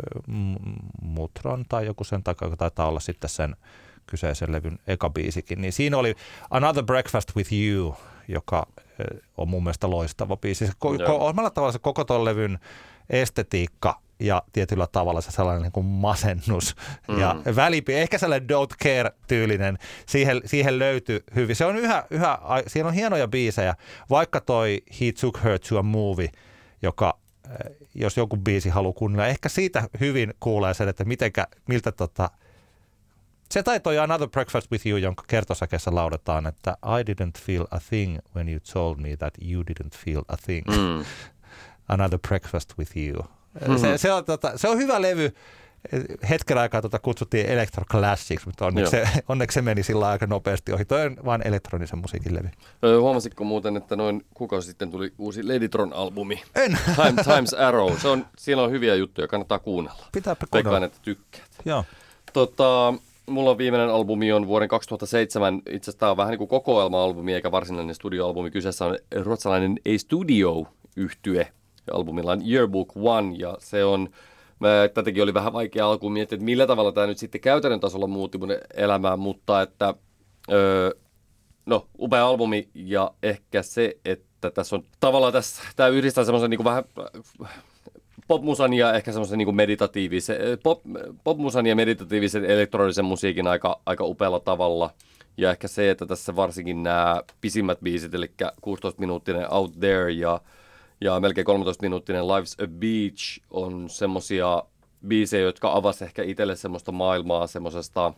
Mutron tai joku sen takaa, taitaa olla sitten sen kyseisen levyn eka biisikin, niin siinä oli Another Breakfast with You, joka on mun mielestä loistava biisi. Omalla tavalla se koko ton levyn estetiikka ja tietyllä tavalla se sellainen niin kuin masennus mm. ja välipi, ehkä sellainen don't care-tyylinen, siihen, siihen löytyi hyvin. Se on yhä, yhä, siinä on hienoja biisejä, vaikka toi He Took Her to a Movie, joka jos joku biisi haluaa kuunnella, ehkä siitä hyvin kuulee sen, että mitenkä, miltä tota se tai toi Another Breakfast with You, jonka kertosäkeessä laudetaan, että I didn't feel a thing when you told me that you didn't feel a thing. Mm. Another Breakfast with You. Mm-hmm. Se, se, on, tota, se on hyvä levy. Hetken aikaa tota kutsuttiin Electro Classics, mutta onneksi se, onneksi se meni sillä aika nopeasti ohi. Toi on vain elektronisen musiikin levy. Öö, huomasitko muuten, että noin kuukausi sitten tuli uusi Ladytron-albumi? En. Time, Times Arrow. Se on, siellä on hyviä juttuja, kannattaa kuunnella. Pitääpä kuunnella. Veikkaan, että tykkäät. Joo. Tota, mulla on viimeinen albumi on vuoden kaksituhattaseitsemän. Itse asiassa tämä on vähän niin kuin kokoelma-albumi eikä varsinainen studioalbumi. Kyseessä on ruotsalainen A Studio-yhtye. Albumilla on Yearbook One ja se on, mä, tätäkin oli vähän vaikea alkuun miettiä, että millä tavalla tämä nyt sitten käytännön tasolla muutti mun elämää, mutta että öö, no upea albumi ja ehkä se, että tässä on tavallaan tässä, tämä yhdistää semmoisen niin kuin vähän popmusan ja ehkä semmoisen niin kuin meditatiivisen, pop, popmusan ja meditatiivisen elektronisen musiikin aika, aika upealla tavalla. Ja ehkä se, että tässä varsinkin nämä pisimmät biisit, eli kuusitoista-minuuttinen Out There ja, ja melkein kolmetoista-minuuttinen Life's a Beach on semmosia biisejä, jotka avasi ehkä itselle semmoista maailmaa semmoisesta.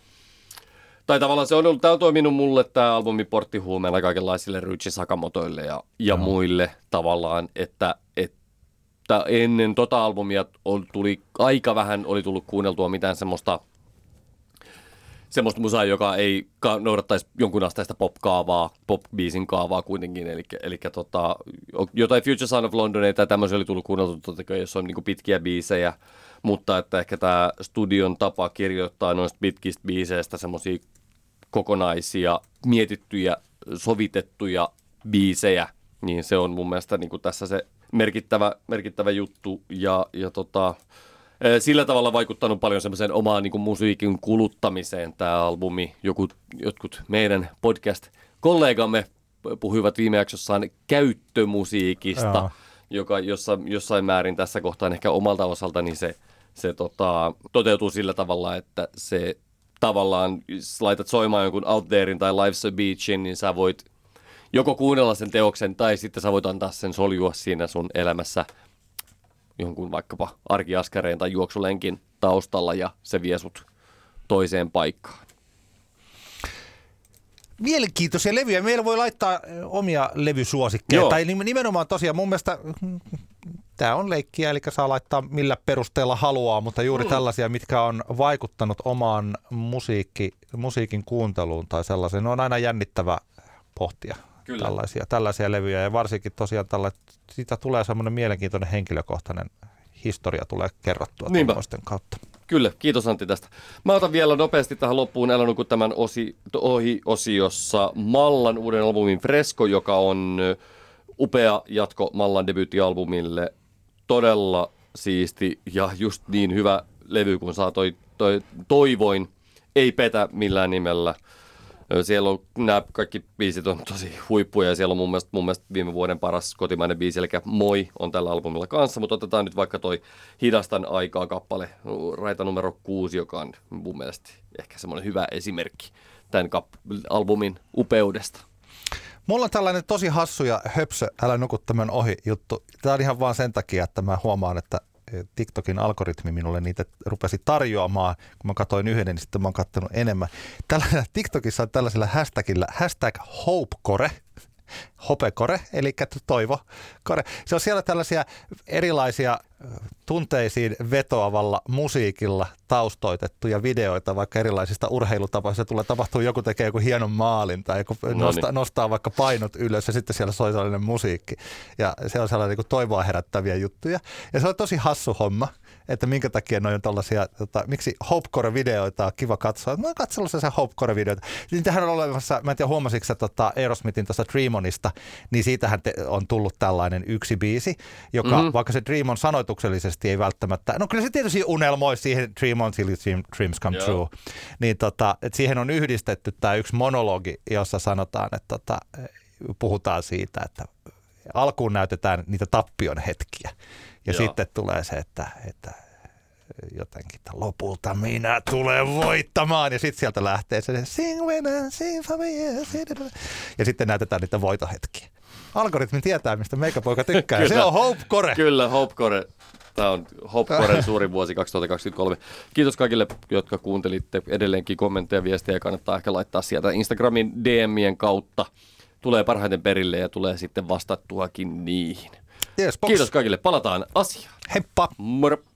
Tai tavallaan se on ollut, tämä on toiminut mulle tämä albumi porttihuumeena kaikenlaisille Ryuichi Sakamotoille ja, ja no. muille tavallaan, että, että ennen tota albumia tuli aika vähän, oli tullut kuunneltua mitään semmoista semmoista musaa, joka ei ka- noudattaisi jonkun asteista pop-kaavaa, pop-biisin kaavaa kuitenkin, eli, eli tota, jotain Future Sound of Londonia tai tämmöisiä oli tullut kuunneltu, totta kai, jos on niin kuin pitkiä biisejä, mutta että ehkä tämä studion tapa kirjoittaa noista pitkistä biiseistä semmoisia kokonaisia, mietittyjä, sovitettuja biisejä, niin se on mun mielestä niin kuin tässä se merkittävä, merkittävä juttu, ja, ja tota, sillä tavalla vaikuttanut paljon semmoiseen omaan niin kuin musiikin kuluttamiseen tämä albumi. Joku, jotkut meidän podcast-kollegamme puhuivat viime jaksossaan käyttömusiikista, Jaa. joka jossa, jossain määrin tässä kohtaan ehkä omalta osalta niin se, se tota, toteutuu sillä tavalla, että se tavallaan, jos laitat soimaan jonkun Out Therein tai Life's a Beachin, niin sä voit joko kuunnella sen teoksen tai sitten sä voit antaa sen soljua siinä sun elämässä jonkun vaikkapa arkiaskareen tai juoksulenkin taustalla ja se vie sut toiseen paikkaan. Mielenkiintoisia levyjä. Meillä voi laittaa omia levysuosikkeja. Joo. Tai nimenomaan tosiaan mun mielestä tämä on leikkiä, eli saa laittaa millä perusteella haluaa, mutta juuri mm. tällaisia, mitkä on vaikuttanut omaan musiikki, musiikin kuunteluun tai sellaiseen. Ne on aina jännittävä pohtia. Tällaisia, tällaisia levyjä ja varsinkin tosiaan tällä, siitä tulee semmoinen mielenkiintoinen henkilökohtainen historia tulee kerrottua tuommoisten kautta. Kyllä, kiitos Antti tästä. Mä otan vielä nopeasti tähän loppuun älä nuku tämän osi, ohi-osiossa Mallan uuden albumin Fresco, joka on upea jatko Mallan debyyttialbumille. Todella siisti ja just niin hyvä levy kuin saa toi, toi, toivoin. Ei petä millään nimellä. Siellä on, nämä kaikki biisit on tosi huippuja ja siellä on mun mielestä, mun mielestä viime vuoden paras kotimainen biisi, eli Moi on tällä albumilla kanssa, mutta otetaan nyt vaikka toi Hidastan aikaa kappale, raita numero kuusi, joka on mun mielestä ehkä semmoinen hyvä esimerkki tämän kap- albumin upeudesta. Mulla on tällainen tosi hassu ja höpsö, älä nuku tämän ohi juttu. Tämä on ihan vaan sen takia, että mä huomaan, että TikTokin algoritmi minulle niitä rupesi tarjoamaan, kun mä katsoin yhden, niin sitten mä oon katsonut enemmän. Tällä TikTokissa on tällaisella hashtagillä hashtag hopecore, hopekore, eli toivokore. Se on siellä tällaisia erilaisia tunteisiin vetoavalla musiikilla taustoitettuja videoita, vaikka erilaisista urheilutapaista tulee tapahtuu, joku tekee joku hienon maalin tai joku nostaa, nostaa vaikka painot ylös ja sitten siellä soi sellainen musiikki. Ja se on sellainen niin toivoa herättäviä juttuja. Ja se on tosi hassu homma, että minkä takia noin on tollaisia, tota, miksi Hopecore-videoita on kiva katsoa. Mä oon katsellut sellaisia Hopecore-videoita. Niitähän on olemassa, mä en tiedä huomasitko sä tota Aerosmithin tuosta Dream Onista, niin siitähän te, on tullut tällainen yksi biisi, joka mm-hmm. vaikka se Dream On sanoituksellisesti ei välttämättä, no kyllä se tietysti unelmoi siihen Dream On Till Your Dreams Come True, yeah. niin tota, että siihen on yhdistetty tämä yksi monologi, jossa sanotaan, että tota, puhutaan siitä, että alkuun näytetään niitä tappion hetkiä ja Joo. sitten tulee se, että, että jotenkin, että lopulta minä tulen voittamaan ja sitten sieltä lähtee se sing when I sing for me ja sitten näytetään niitä voitohetkiä. Algoritmi tietää, mistä meikäpoika tykkää ja se on Hopecore. Kyllä, Hopecore. Tämä on Hopecoren suuri vuosi kaksituhattakaksikymmentäkolme. Kiitos kaikille, jotka kuuntelitte. Edelleenkin kommentteja ja viestejä kannattaa ehkä laittaa sieltä Instagramin D Mien kautta. Tulee parhaiten perille ja tulee sitten vastattuakin niihin. Yes, Kiitos kaikille. Palataan asiaan. Heippa! Moro!